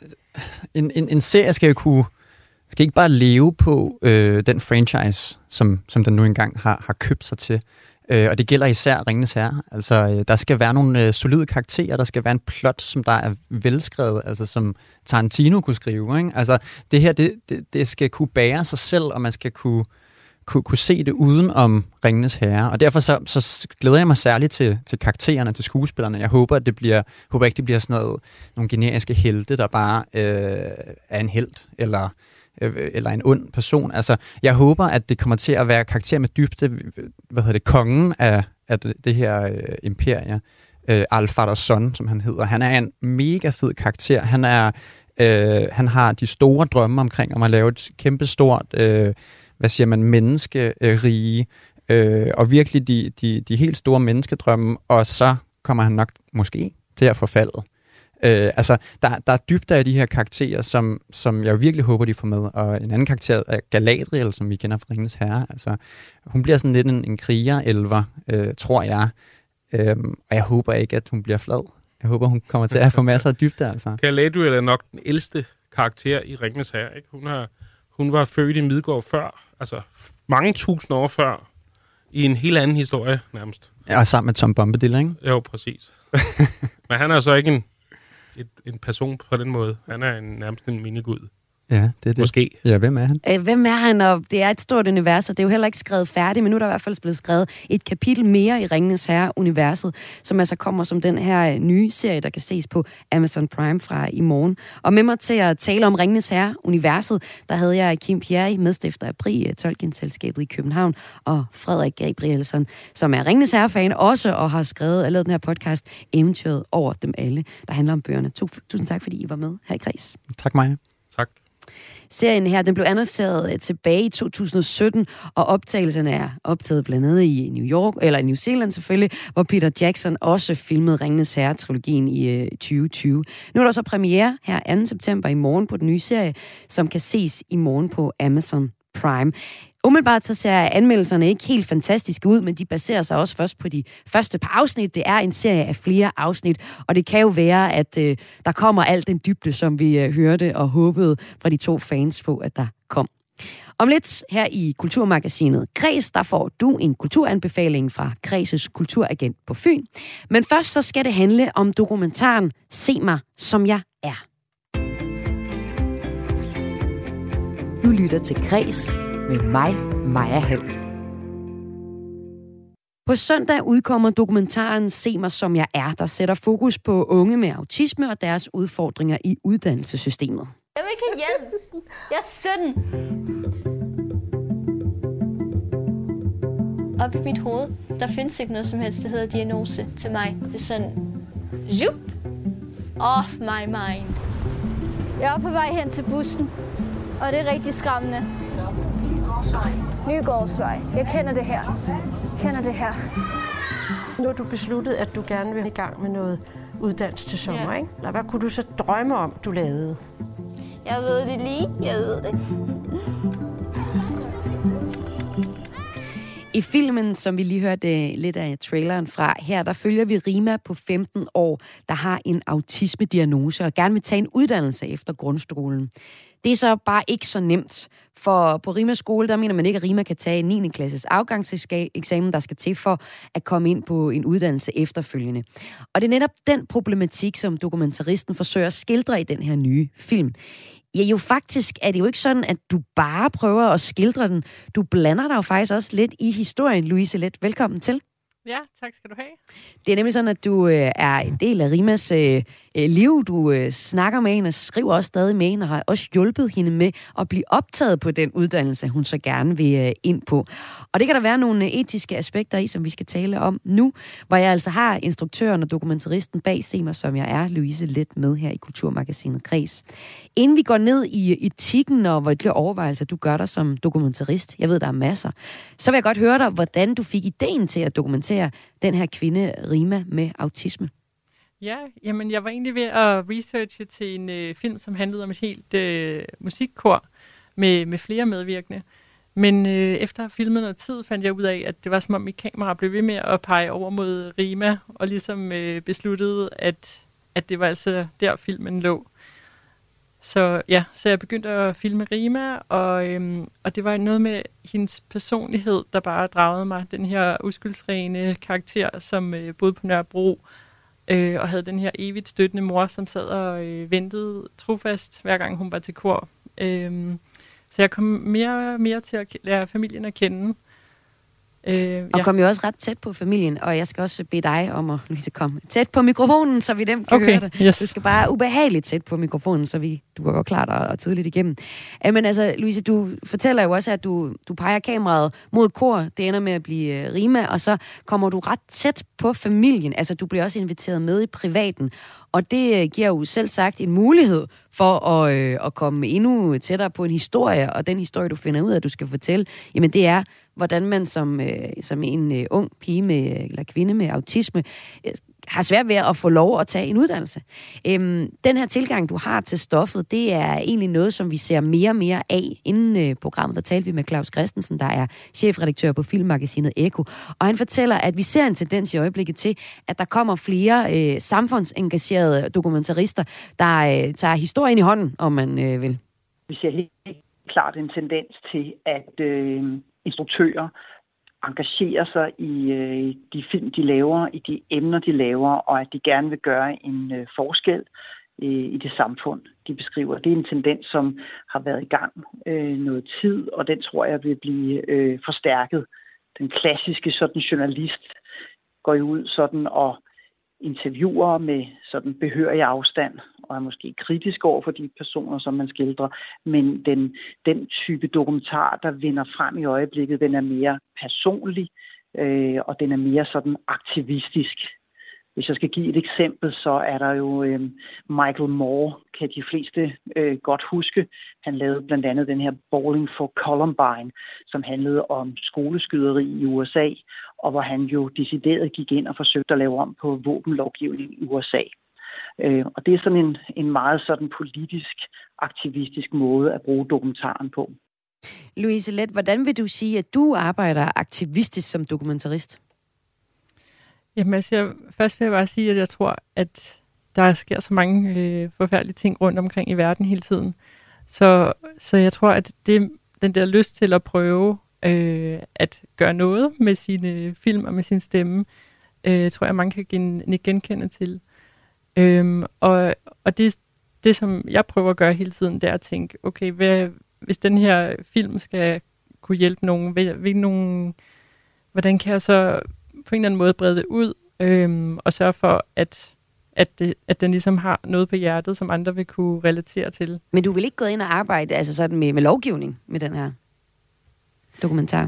L: en, en, en serie skal jo kunne skal ikke bare leve på øh, den franchise, som, som den nu engang har, har købt sig til. Øh, og det gælder især Ringenes Herre. Altså, øh, der skal være nogle øh, solide karakterer, der skal være en plot, som der er velskrevet, altså som Tarantino kunne skrive. Ikke? Altså, det her, det, det, det skal kunne bære sig selv, og man skal kunne, kunne, kunne se det uden om Ringenes Herre. Og derfor så, så glæder jeg mig særligt til, til karaktererne, til skuespillerne. Jeg håber, at det bliver, håber ikke, det bliver sådan noget, nogle generiske helte, der bare øh, er en helt, eller... eller en ond person. Altså, jeg håber, at det kommer til at være karakter med dybde, hvad hedder det, kongen af, af det, det her øh, imperie, øh, Al-Fadr-son, som han hedder. Han er en mega fed karakter. Han er, øh, han har de store drømme omkring om at lave et kæmpestort, øh, hvad siger man, menneskerige, øh, og virkelig de, de, de helt store menneskedrømme, og så kommer han nok måske til at forfalde. Øh, altså, der, der er dybder i de her karakterer, som, som jeg virkelig håber, de får med. Og en anden karakter er Galadriel, som vi kender fra Ringenes Herre. Altså, hun bliver sådan lidt en, en kriger-elver, øh, tror jeg. Øh, og jeg håber ikke, at hun bliver flad. Jeg håber, hun kommer til at få masser af dybder. Altså.
M: Galadriel er nok den ældste karakter i Ringenes Herre. Ikke? Hun, har, hun var født i Midgård før, altså mange tusind år før, i en helt anden historie nærmest.
L: Ja, og sammen med Tom Bombadil, ikke?
M: Jo, præcis. Men han er så ikke en Et, en person på den måde. Han er en, nærmest en minigud.
L: Ja, det er det.
M: Måske.
L: Ja, hvem er han?
A: Æh, hvem er han? Og det er et stort univers, og det er jo heller ikke skrevet færdigt, men nu er der i hvert fald blevet skrevet et kapitel mere i Ringenes Herre-universet, som altså kommer som den her nye serie, der kan ses på Amazon Prime fra i morgen. Og med mig til at tale om Ringenes Herre-universet, der havde jeg Kim Pierre, medstifter af Bri, Tolkien-selskabet i København, og Frederik Gabrielsen, som er Ringenes Herre-fan også, og har skrevet og lavet den her podcast, Eventyret over dem alle, der handler om bøgerne. Tusind tak, fordi I var med her i Kreds.
L: Tak, Maja.
M: Tak.
A: Serien her, den blev annonceret tilbage i to tusind og sytten, og optagelserne er optaget blandt andet i New York, eller i New Zealand selvfølgelig, hvor Peter Jackson også filmede Ringenes Herre-trilogien i tyve tyve. Nu er der så premiere her anden september i morgen på den nye serie, som kan ses i morgen på Amazon Prime. Umiddelbart så ser anmeldelserne ikke helt fantastiske ud, men de baserer sig også først på de første par afsnit. Det er en serie af flere afsnit, og det kan jo være, at øh, der kommer alt den dybde, som vi øh, hørte og håbede fra de to fans på, at der kom. Om lidt her i Kulturmagasinet Kreds, der får du en kulturanbefaling fra Kreds' kulturagent på Fyn. Men først så skal det handle om dokumentaren Se mig, som jeg er. Du lytter til Kreds med mig, Maja Hall. På søndag udkommer dokumentaren Se mig, som jeg er, der sætter fokus på unge med autisme og deres udfordringer i uddannelsessystemet.
N: Jeg vil ikke have hjælp. Jeg er sytten. Op i mit hoved, der findes ikke noget som helst, der hedder diagnose til mig. Det er sådan, zup, off my mind. Jeg er på vej hen til bussen, og det er rigtig skræmmende. Nygårdsvej. Jeg kender det her. Jeg kender det her.
B: Nu har du besluttet, at du gerne vil i gang med noget uddannelse til sommer, ja. Ikke? Eller hvad kunne du så drømme om, du lavede?
N: Jeg ved det lige. Jeg ved det.
A: I filmen, som vi lige hørte lidt af traileren fra her, der følger vi Rima på femten år, der har en autisme-diagnose og gerne vil tage en uddannelse efter grundskolen. Det er så bare ikke så nemt, for på Rimas skole, der mener man ikke, at Rima kan tage niende klasses afgangseksamen, der skal til for at komme ind på en uddannelse efterfølgende. Og det er netop den problematik, som dokumentaristen forsøger at skildre i den her nye film. Ja, jo faktisk er det jo ikke sådan, at du bare prøver at skildre den. Du blander dig jo faktisk også lidt i historien, Louise Let. Velkommen til.
D: Ja, tak skal du have.
A: Det er nemlig sådan, at du øh, er en del af Rimas øh, liv. Du øh, snakker med hende og skriver også stadig med hende og har også hjulpet hende med at blive optaget på den uddannelse, hun så gerne vil øh, ind på. Og det kan der være nogle øh, etiske aspekter i, som vi skal tale om nu, hvor jeg altså har instruktøren og dokumentaristen bag Se mig, som jeg er, Louise Let, med her i Kulturmagasinet Kreds. Inden vi går ned i etikken og hvilke overvejelser du gør dig som dokumentarist, jeg ved, der er masser, så vil jeg godt høre dig, hvordan du fik ideen til at dokumentere den her kvinde, Rima, med autisme.
D: Ja, jamen jeg var egentlig ved at researche til en øh, film, som handlede om et helt øh, musikkor med, med flere medvirkende. Men øh, efter at have filmet noget tid, fandt jeg ud af, at det var som om mit kamera blev ved med at pege over mod Rima, og ligesom øh, besluttede, at, at det var altså der filmen lå. Så ja, så jeg begyndte at filme Rima, og, øhm, og det var noget med hendes personlighed, der bare dragede mig. Den her uskyldsrene karakter, som øh, boede på Nørrebro, øh, og havde den her evigt støttende mor, som sad og øh, ventede trofast, hver gang hun var til kor. Øh, så jeg kom mere og mere til at lære familien at kende. Øh,
A: og
D: ja.
A: kom jo også ret tæt på familien, og jeg skal også bede dig om at Louise, komme tæt på mikrofonen, så vi dem kan
D: okay,
A: høre det.
D: Yes.
A: Du skal bare ubehageligt tæt på mikrofonen, så vi, du kan gå klart og, og tydeligt igennem. Øh, men altså, Louise, du fortæller jo også, at du, du peger kameraet mod kor, det ender med at blive uh, Rima, og så kommer du ret tæt på familien. Altså, du bliver også inviteret med i privaten, og det uh, giver jo selv sagt en mulighed for at, øh, at komme endnu tættere på en historie, og den historie, du finder ud af, at du skal fortælle, jamen det er, hvordan man som, øh, som en øh, ung pige med, eller kvinde med autisme øh, har svært ved at få lov at tage en uddannelse. Øhm, den her tilgang, du har til stoffet, det er egentlig noget, som vi ser mere og mere af. Inden øh, programmet, der talte vi med Claus Christensen, der er chefredaktør på filmmagasinet Eko, og han fortæller, at vi ser en tendens i øjeblikket til, at der kommer flere øh, samfundsengagerede dokumentarister, der øh, tager historien i hånden, om man øh, vil.
O: Vi ser helt klart en tendens til, at øh, instruktører engagerer sig i øh, de film, de laver, i de emner, de laver, og at de gerne vil gøre en øh, forskel øh, i det samfund, de beskriver. Det er en tendens, som har været i gang øh, noget tid, og den tror jeg vil blive øh, forstærket. Den klassiske sådan journalist går jo ud sådan og interviewer med sådan behørig afstand, og er måske kritisk over for de personer, som man skildrer, men den, den type dokumentar, der vinder frem i øjeblikket, den er mere personlig, øh, og den er mere sådan aktivistisk. Hvis jeg skal give et eksempel, så er der jo øh, Michael Moore, kan de fleste øh, godt huske. Han lavede blandt andet den her Bowling for Columbine, som handlede om skoleskyderi i U S A, og hvor han jo decideret gik ind og forsøgte at lave om på våbenlovgivning i U S A. Øh, og det er sådan en, en meget sådan politisk, aktivistisk måde at bruge dokumentaren på.
A: Louise Let, hvordan vil du sige, at du arbejder aktivistisk som dokumentarist?
D: Jamen altså, jeg, først vil jeg bare sige, at jeg tror, at der sker så mange øh, forfærdelige ting rundt omkring i verden hele tiden. Så, så jeg tror, at det,
P: den der lyst til at prøve øh, at gøre noget med sine film og med sin stemme, øh, tror jeg, man kan gen, genkende til. Øhm, og og det, det, som jeg prøver at gøre hele tiden, det er at tænke, okay, hvad, hvis den her film skal kunne hjælpe nogen, ved, ved nogen, hvordan kan jeg så på en eller anden måde brede det ud, øhm, og sørge for, at, at, det, at den ligesom har noget på hjertet, som andre vil kunne relatere til.
A: Men du vil ikke gå ind og arbejde altså sådan med, med lovgivning med den her dokumentar?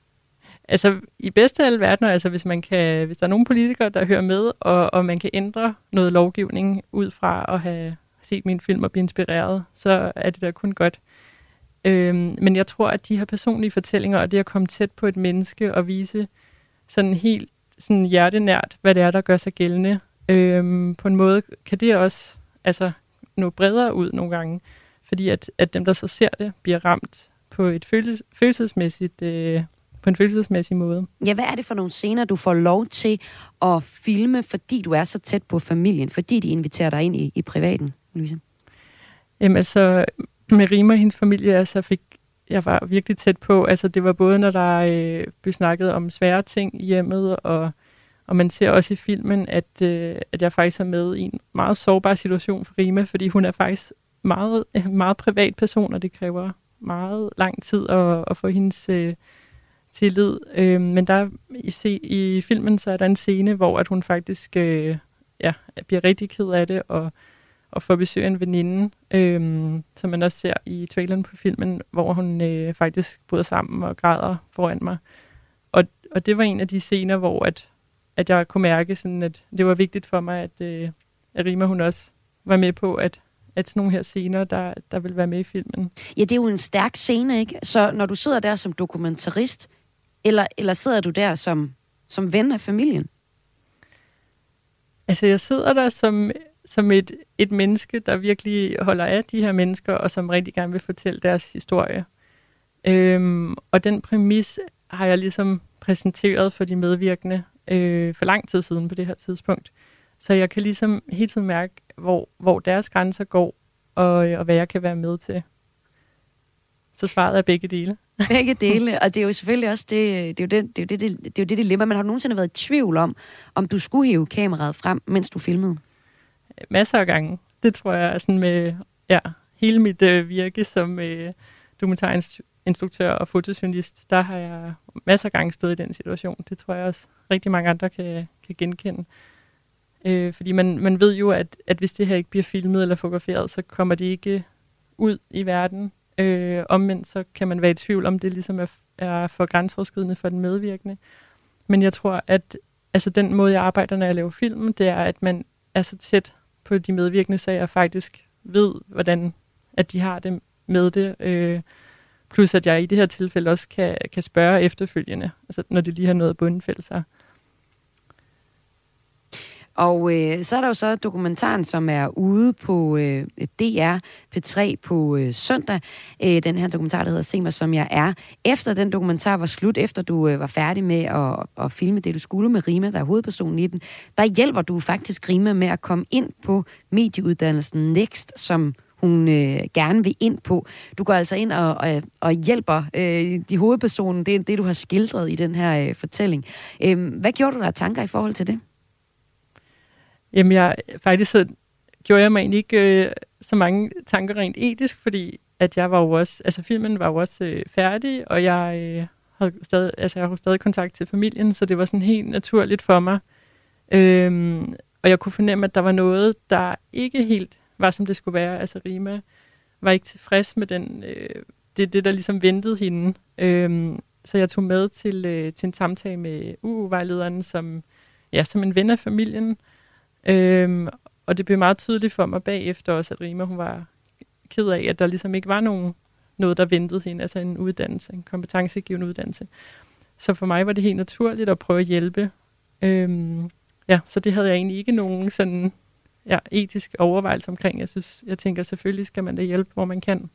P: Altså, i bedste af alle verdener, altså hvis, man kan, hvis der er nogle politikere, der hører med, og, og man kan ændre noget lovgivning ud fra at have set min film og blive inspireret, så er det da kun godt. Øhm, men jeg tror, at de her personlige fortællinger, og det at komme tæt på et menneske og vise sådan helt sådan hjertenært, hvad det er, der gør sig gældende, øhm, på en måde kan det også altså, nå bredere ud nogle gange, fordi at, at dem, der så ser det, bliver ramt på et følelses- følelsesmæssigt øh, på en følelsesmæssig måde.
A: Ja, hvad er det for nogle scener, du får lov til at filme, fordi du er så tæt på familien, fordi de inviterer dig ind i, i privaten, Louise?
P: Jamen altså, med Rima og hendes familie, altså fik, jeg var virkelig tæt på. Altså det var både, når der øh, blev snakket om svære ting i hjemmet, og, og man ser også i filmen, at, øh, at jeg faktisk er med i en meget sårbar situation for Rima, fordi hun er faktisk meget, meget privat person, og det kræver meget lang tid at, at få hendes øh, tillid. Øh, men der i, se, i filmen, så er der en scene, hvor at hun faktisk øh, ja, bliver rigtig ked af det, og, og får besøg af en veninde, øh, som man også ser i traileren på filmen, hvor hun øh, faktisk bryder sammen og græder foran mig. Og, og det var en af de scener, hvor at, at jeg kunne mærke, sådan, at det var vigtigt for mig, at, øh, at Rima hun også var med på, at at sådan nogle her scener, der, der vil være med i filmen.
A: Ja, det er jo en stærk scene, ikke? Så når du sidder der som dokumentarist, eller, eller sidder du der som, som ven af familien?
P: Altså, jeg sidder der som, som et, et menneske, der virkelig holder af de her mennesker, og som rigtig gerne vil fortælle deres historie. Øhm, og den præmis har jeg ligesom præsenteret for de medvirkende øh, for lang tid siden på det her tidspunkt. Så jeg kan ligesom hele tiden mærke, hvor, hvor deres grænser går, og, og hvad jeg kan være med til. Så svaret er begge dele.
A: Begge dele, og det er jo selvfølgelig også det, det, er jo det, det, er jo det, det, det, er jo det dilemma. Men har du nogensinde været i tvivl om, om du skulle hive kameraet frem, mens du filmede?
P: Masser af gange. Det tror jeg er sådan med ja, hele mit øh, virke som øh, dokumentarinstruktør og fotojournalist. Der har jeg masser af gange stået i den situation. Det tror jeg også rigtig mange andre kan, kan genkende. Øh, fordi man, man ved jo, at, at hvis det her ikke bliver filmet eller fotograferet, så kommer det ikke ud i verden. Øh, omvendt så kan man være i tvivl om, det ligesom er, er for grænseoverskridende for den medvirkende. Men jeg tror, at altså, den måde, jeg arbejder, når jeg laver film, det er, at man er så tæt på de medvirkende, så jeg faktisk ved, hvordan at de har det med det. Øh, plus at jeg i det her tilfælde også kan, kan spørge efterfølgende, altså, når det lige har noget bundfælde sig.
A: Og øh, så er der jo så dokumentaren, som er ude på øh, D R P tre på øh, søndag. Øh, den her dokumentar, der hedder Se mig som jeg er. Efter den dokumentar var slut, efter du øh, var færdig med at, at filme det, du skulle med Rima, der er hovedpersonen i den, der hjælper du faktisk Rima med at komme ind på medieuddannelsen Next, som hun øh, gerne vil ind på. Du går altså ind og, og, og hjælper øh, de hovedpersonen, det er det, du har skildret i den her øh, fortælling. Øh, hvad gjorde du der af tanker i forhold til det?
P: Jamen, jeg, faktisk så gjorde jeg mig egentlig ikke øh, så mange tanker rent etisk, fordi at jeg var jo også, altså filmen var jo også øh, færdig, og jeg øh, havde stadig, altså jeg havde stadig kontakt til familien, så det var sådan helt naturligt for mig. Øhm, og jeg kunne fornemme, at der var noget, der ikke helt var, som det skulle være. Altså Rima var ikke tilfreds med den, øh, det, det, der ligesom ventede hende. Øhm, så jeg tog med til, øh, til en samtale med U U-vejlederen, som, ja, som en ven af familien. Øhm, og det blev meget tydeligt for mig bagefter også, at Rima hun var ked af, at der ligesom ikke var nogen, noget, der ventede hende, altså en uddannelse, en kompetencegivende uddannelse. Så for mig var det helt naturligt at prøve at hjælpe. Øhm, ja, så det havde jeg egentlig ikke nogen sådan ja, etisk overvejelse omkring. Jeg synes, jeg tænker, selvfølgelig skal man da hjælpe, hvor man kan.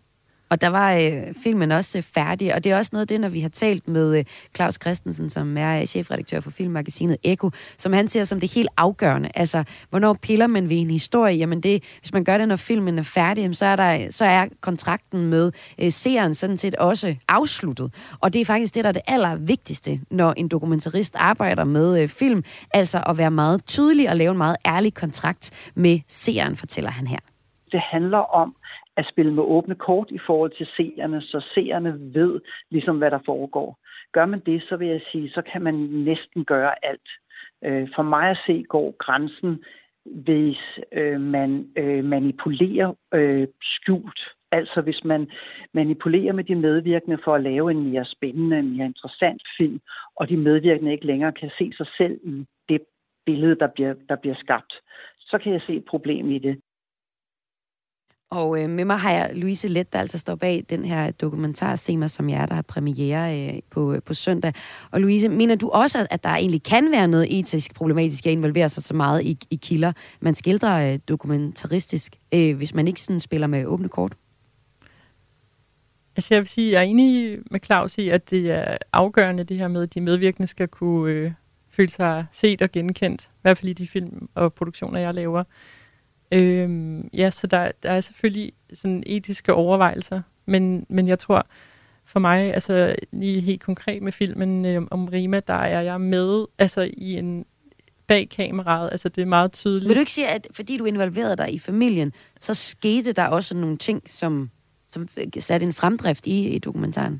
A: Og der var øh, filmen også øh, færdig, og det er også noget af det, når vi har talt med øh, Claus Christensen, som er øh, chefredaktør for filmmagasinet Ekko, som han ser som det helt afgørende. Altså, hvornår piller man ved en historie? Jamen det, hvis man gør det, når filmen er færdig, så er, der, så er kontrakten med øh, seeren sådan set også afsluttet. Og det er faktisk det, der er det allervigtigste, når en dokumentarist arbejder med øh, film, altså at være meget tydelig og lave en meget ærlig kontrakt med seeren, fortæller han her.
O: Det handler om at spille med åbne kort i forhold til seerne, så seerne ved ligesom, hvad der foregår. Gør man det, så vil jeg sige, så kan man næsten gøre alt. For mig at se går grænsen, hvis man manipulerer skjult. Altså hvis man manipulerer med de medvirkende for at lave en mere spændende, en mere interessant film, og de medvirkende ikke længere kan se sig selv i det billede, der bliver, der bliver skabt, så kan jeg se et problem i det.
A: Og øh, med mig har jeg Louise Let, der altså står bag den her dokumentar, Se mig som jeg er, der har premiere øh, på, på søndag. Og Louise, mener du også, at der egentlig kan være noget etisk problematisk at involvere sig så meget i, i kilder, man skildrer øh, dokumentaristisk, øh, hvis man ikke sådan spiller med åbne kort?
P: Altså jeg vil sige, jeg er enig med Claus i, at det er afgørende det her med, at de medvirkende skal kunne øh, føle sig set og genkendt, i hvert fald i de film og produktioner, jeg laver. Øhm, ja, så der, der er selvfølgelig sådan etiske overvejelser, men, men jeg tror for mig, altså lige helt konkret med filmen øh, om Rima, der er jeg med altså i en bag kameraet, altså det er meget tydeligt.
A: Vil du ikke sige, at fordi du involverede dig i familien, så skete der også nogle ting, som, som satte en fremdrift i, i dokumentaren?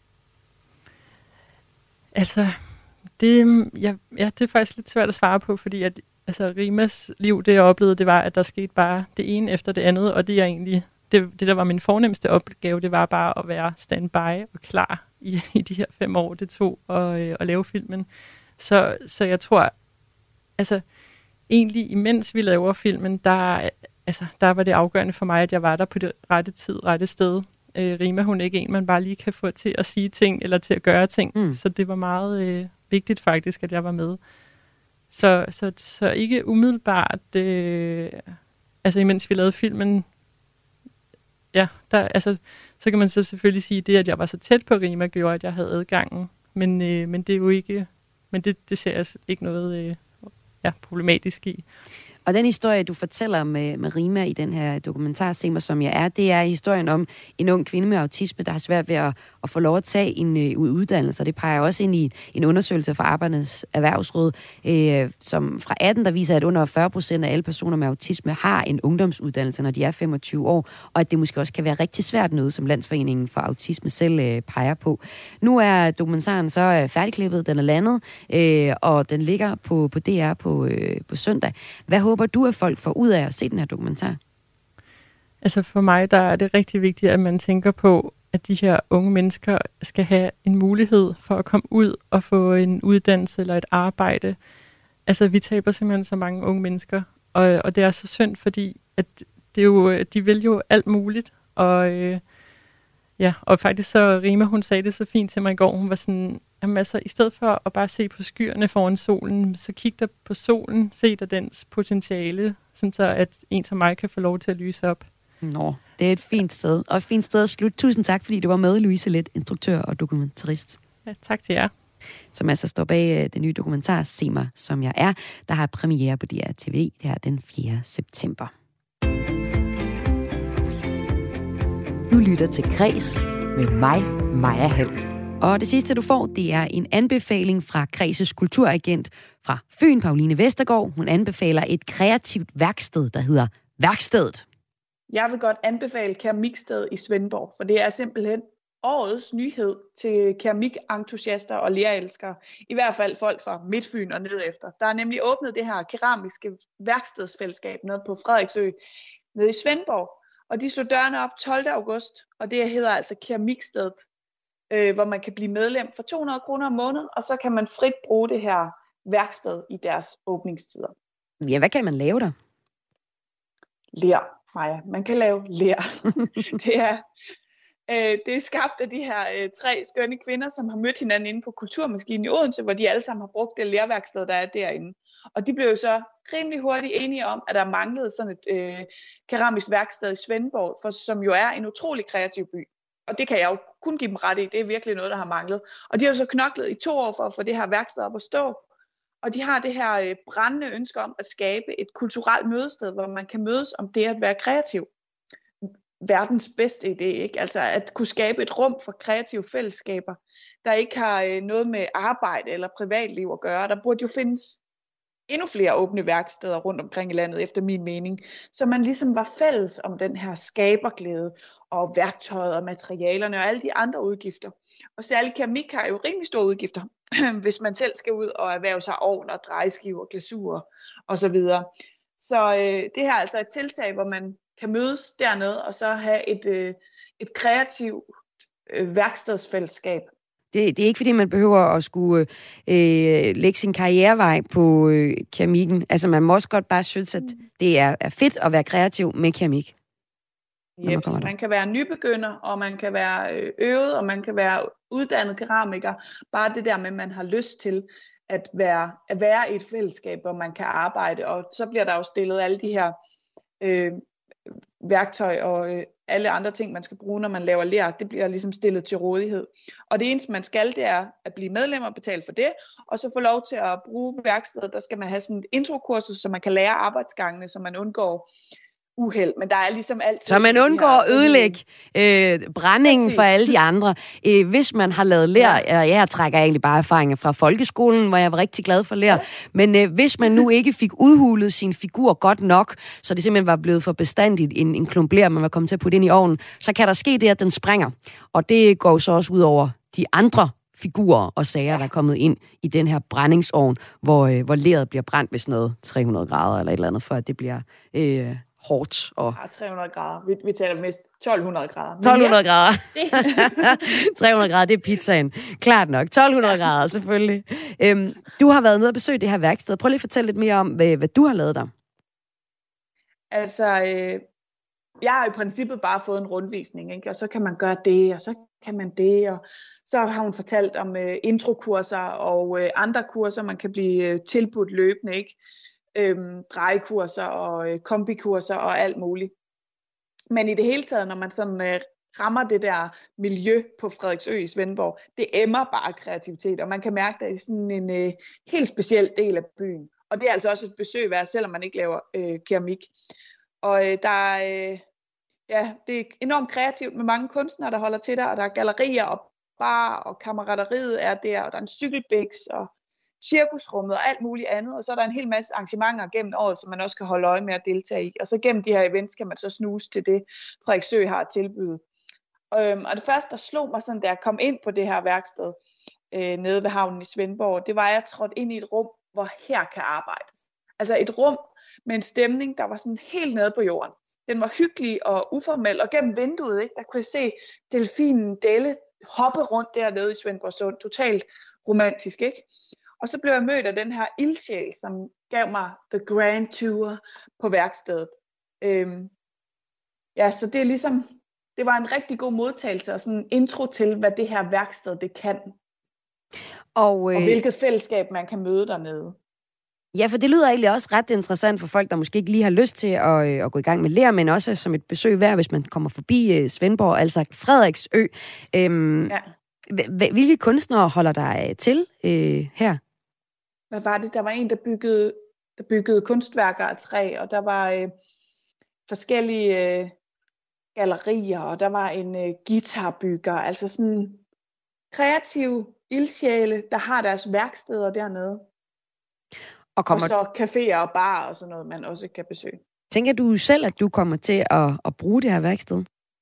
P: Altså, det, ja, ja, det er faktisk lidt svært at svare på, fordi at altså Rimas liv, det jeg oplevede, det var, at der skete bare det ene efter det andet, og det er egentlig, det, det der var min fornemmeste opgave, det var bare at være standby og klar i, i de her fem år, det tog at, øh, at lave filmen. Så, så jeg tror, altså egentlig imens vi laver filmen, der, altså, der var det afgørende for mig, at jeg var der på det rette tid, rette sted. Øh, Rima, hun er ikke en, man bare lige kan få til at sige ting, eller til at gøre ting, mm. så det var meget øh, vigtigt faktisk, at jeg var med. Så, så, så ikke umiddelbart, øh, altså imens vi lavede filmen, ja, der, altså, så kan man så selvfølgelig sige, det, at jeg var så tæt på Rima, gjorde, at jeg havde adgangen. Men, øh, men det er jo ikke, men det, det ser jeg ikke noget øh, ja, problematisk i.
A: Og den historie, du fortæller med, med Rima i den her dokumentar, Se mig som jeg er, det er historien om en ung kvinde med autisme, der har svært ved at, at få lov at tage en uh, uddannelse. Og det peger også ind i en undersøgelse fra Arbejdernes Erhvervsråd, øh, som fra atten, der viser, at under fyrre procent af alle personer med autisme har en ungdomsuddannelse, når de er femogtyve år, og at det måske også kan være rigtig svært noget, som Landsforeningen for Autisme selv øh, peger på. Nu er dokumentaren så øh, færdigklippet, den er landet, øh, og den ligger på, på D R på, øh, på søndag. Hvad håber du, at folk får ud af at se den her dokumentar?
P: Altså for mig, der er det rigtig vigtigt, at man tænker på, at de her unge mennesker skal have en mulighed for at komme ud og få en uddannelse eller et arbejde. Altså vi taber simpelthen så mange unge mennesker, og, og det er så synd, fordi at det er jo, de vil jo alt muligt, og øh, ja, og faktisk så Rima, hun sagde det så fint til mig i går, hun var sådan, jamen altså, i stedet for at bare se på skyerne foran solen, så kig der på solen, se der dens potentiale, sådan så at en som mig kan få lov til at lyse op.
A: Nå, det er et fint sted, og et fint sted at slutte. Tusind tak, fordi du var med, Louise Let, instruktør og dokumentarist.
P: Ja, tak til jer.
A: Som altså står bag den nye dokumentar, Se mig som jeg er, der har premiere på D R T V her den fjerde september. Du lytter til Kres med mig, Maja Hall. Og det sidste, du får, det er en anbefaling fra Kres' kulturagent fra Fyn, Pauline Vestergaard. Hun anbefaler et kreativt værksted, der hedder Værkstedet.
Q: Jeg vil godt anbefale Keramikstedet i Svendborg, for det er simpelthen årets nyhed til keramikentusiaster og lerelskere. I hvert fald folk fra Midtfyn og nedefter. Der er nemlig åbnet det her keramiske værkstedsfællesskab nede på Frederiksø, nede i Svendborg. Og de slog dørene op tolvte august, og det hedder altså Keramikstedet, øh, hvor man kan blive medlem for to hundrede kroner om måneden, og så kan man frit bruge det her værksted i deres åbningstider.
A: Ja, hvad kan man lave der?
Q: Ler, Maja. Man kan lave ler. det, er, Øh, det er skabt af de her øh, tre skønne kvinder, som har mødt hinanden inde på Kulturmaskinen i Odense, hvor de alle sammen har brugt det lerværksted, der er derinde. Og de blev jo så rimelig hurtigt enige om, at der manglede sådan et øh, keramisk værksted i Svendborg, for, som jo er en utrolig kreativ by. Og det kan jeg jo kun give dem ret i. Det er virkelig noget, der har manglet. Og de har jo så knoklet i to år for at få det her værksted op at stå. Og de har det her øh, brændende ønske om at skabe et kulturelt mødested, hvor man kan mødes om det at være kreativ. Verdens bedste idé, ikke? Altså at kunne skabe et rum for kreative fællesskaber, der ikke har øh, noget med arbejde eller privatliv at gøre. Der burde jo findes endnu flere åbne værksteder rundt omkring i landet, efter min mening, så man ligesom var fælles om den her skaberglæde og værktøjet og materialerne og alle de andre udgifter. Og særligt keramik har jo rimelig store udgifter, hvis man selv skal ud og erhverve sig ovner, drejeskiver, glasurer osv. Så, så øh, det her er altså et tiltag, hvor man kan mødes dernede og så have et, øh, et kreativt øh, værkstedsfællesskab.
A: Det, det er ikke, fordi man behøver at skulle øh, lægge sin karrierevej på øh, keramikken. Altså, man må også godt bare synes, at det er, er fedt at være kreativ med keramik.
Q: Jeps, man, man kan være nybegynder, og man kan være øvet, og man kan være uddannet keramiker. Bare det der med, at man har lyst til at være, at være i et fællesskab, hvor man kan arbejde. Og så bliver der jo stillet alle de her øh, værktøj og øh, alle andre ting, man skal bruge, når man laver ler, det bliver ligesom stillet til rådighed. Og det eneste, man skal, det er at blive medlem og betale for det, og så få lov til at bruge værkstedet. Der skal man have sådan et introkursus, så man kan lære arbejdsgangene, så man undgår uheld. Men der er ligesom altid...
A: Så man undgår at ødelægge øh, brændingen Præcis. For alle de andre. Øh, hvis man har lavet ler, ja. og jeg trækker egentlig bare erfaringer fra folkeskolen, hvor jeg var rigtig glad for ler, ja. men øh, hvis man nu ikke fik udhulet sin figur godt nok, så det simpelthen var blevet for bestandigt en, en klump ler, man var kommet til at putte ind i ovnen, så kan der ske det, at den springer. Og det går så også ud over de andre figurer og sager, ja. Der er kommet ind i den her brændingsovn, hvor, øh, hvor leret bliver brændt ved sådan noget tre hundrede grader eller et eller andet, for at det bliver... Øh, hårdt. Og...
Q: Ja, tre hundrede grader. Vi, vi taler mest tolv hundrede grader. Men
A: tolv hundrede
Q: ja,
A: grader. tre hundrede grader, det er pizzaen. Klart nok. tolv hundrede ja. Grader, selvfølgelig. Øhm, du har været nede og besøge det her værksted. Prøv lige at fortælle lidt mere om, hvad, hvad du har lavet der.
Q: Altså, øh, jeg har i princippet bare fået en rundvisning, ikke? Og så kan man gøre det, og så kan man det, og så har hun fortalt om øh, introkurser og øh, andre kurser, man kan blive øh, tilbudt løbende, ikke? Øhm, drejekurser og øh, kombikurser og alt muligt. Men i det hele taget, når man sådan øh, rammer det der miljø på Frederiksø i Svendborg, det emmer bare kreativitet, og man kan mærke, at det er sådan en øh, helt speciel del af byen. Og det er altså også et besøg værd, selvom man ikke laver øh, keramik. Og øh, der er, øh, ja, det er enormt kreativt med mange kunstnere, der holder til der, og der er gallerier og bar, og kammeratteriet er der, og der er en cykelbiks, og cirkusrummet og alt muligt andet, og så er der en hel masse arrangementer gennem året, som man også kan holde øje med at deltage i. Og så gennem de her events kan man så snuse til det, Frederiksø har at tilbyde. Øhm, og det første, der slog mig sådan, da jeg kom ind på det her værksted øh, nede ved havnen i Svendborg, det var, at jeg trådte ind i et rum, hvor her kan arbejdes. Altså et rum med en stemning, der var sådan helt nede på jorden. Den var hyggelig og uformel, og gennem vinduet, ikke, der kunne jeg se delfinen Delle hoppe rundt dernede i Svendborg Sund. Totalt romantisk, ikke? Og så blev jeg mødt af den her ildsjæl, som gav mig the grand tour på værkstedet. Øhm, ja, så det er ligesom, det var en rigtig god modtagelse og sådan en intro til, hvad det her værksted det kan. Og, øh, og hvilket fællesskab man kan møde dernede.
A: Ja, for det lyder egentlig også ret interessant for folk, der måske ikke lige har lyst til at, øh, at gå i gang med ler, men også som et besøg værd, hvis man kommer forbi øh, Svendborg, altså Frederiksø. Øhm, ja. Hvilke kunstnere holder der til øh, her?
Q: Hvad var det? Der var en, der byggede, der byggede kunstværker af træ, og der var øh, forskellige øh, gallerier, og der var en øh, guitarbygger, altså sådan kreative ildsjæle, der har deres værksteder dernede. Og, kommer... og så caféer og barer og sådan noget, man også kan besøge.
A: Tænker du selv, at du kommer til at, at bruge det her værksted?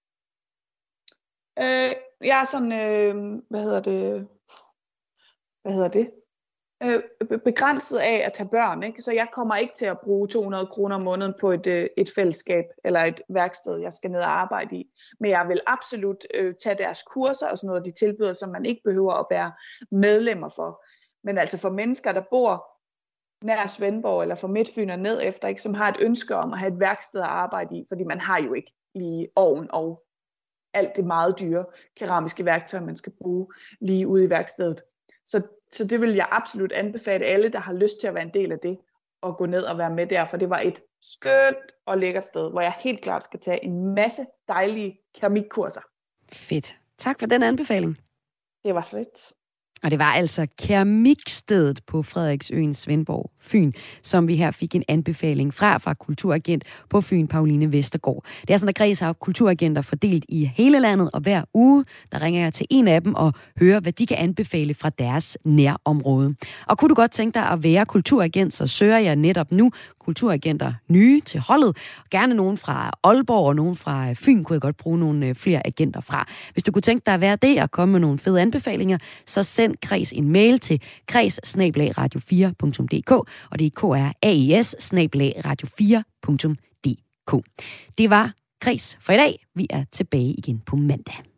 Q: Øh, jeg er sådan, øh, hvad hedder det, hvad hedder det? Øh, begrænset af at have børn, ikke? Så jeg kommer ikke til at bruge to hundrede kroner om måneden på et, øh, et fællesskab eller et værksted, jeg skal ned og arbejde i. Men jeg vil absolut øh, tage deres kurser og sådan noget, de tilbyder, som man ikke behøver at være medlemmer for. Men altså for mennesker, der bor nær Svendborg eller fra Midtfyn og ned efter, ikke, som har et ønske om at have et værksted at arbejde i, fordi man har jo ikke lige ovn og alt det meget dyre keramiske værktøj, man skal bruge lige ude i værkstedet. Så, så det vil jeg absolut anbefale alle, der har lyst til at være en del af det, at gå ned og være med der, for det var et skønt og lækkert sted, hvor jeg helt klart skal tage en masse dejlige keramikkurser.
A: Fedt. Tak for den anbefaling.
Q: Det var slet.
A: Og det var altså keramikstedet på Frederiksøen, Svendborg, Fyn, som vi her fik en anbefaling fra fra kulturagent på Fyn, Pauline Vestergaard. Det er sådan, at Græs har kulturagenter fordelt i hele landet, og hver uge, der ringer jeg til en af dem og hører, hvad de kan anbefale fra deres nærområde. Og kunne du godt tænke dig at være kulturagent, så søger jeg netop nu kulturagenter nye til holdet. Gerne nogen fra Aalborg og nogen fra Fyn kunne jeg godt bruge nogle flere agenter fra. Hvis du kunne tænke dig at være det og komme med nogle fede anbefalinger, så send Kreds en mail til kreds snabel-a radio fire punktum d k, og det er k r a e s snabel-a radio fire punktum d k. Det var Kreds for i dag. Vi er tilbage igen på mandag.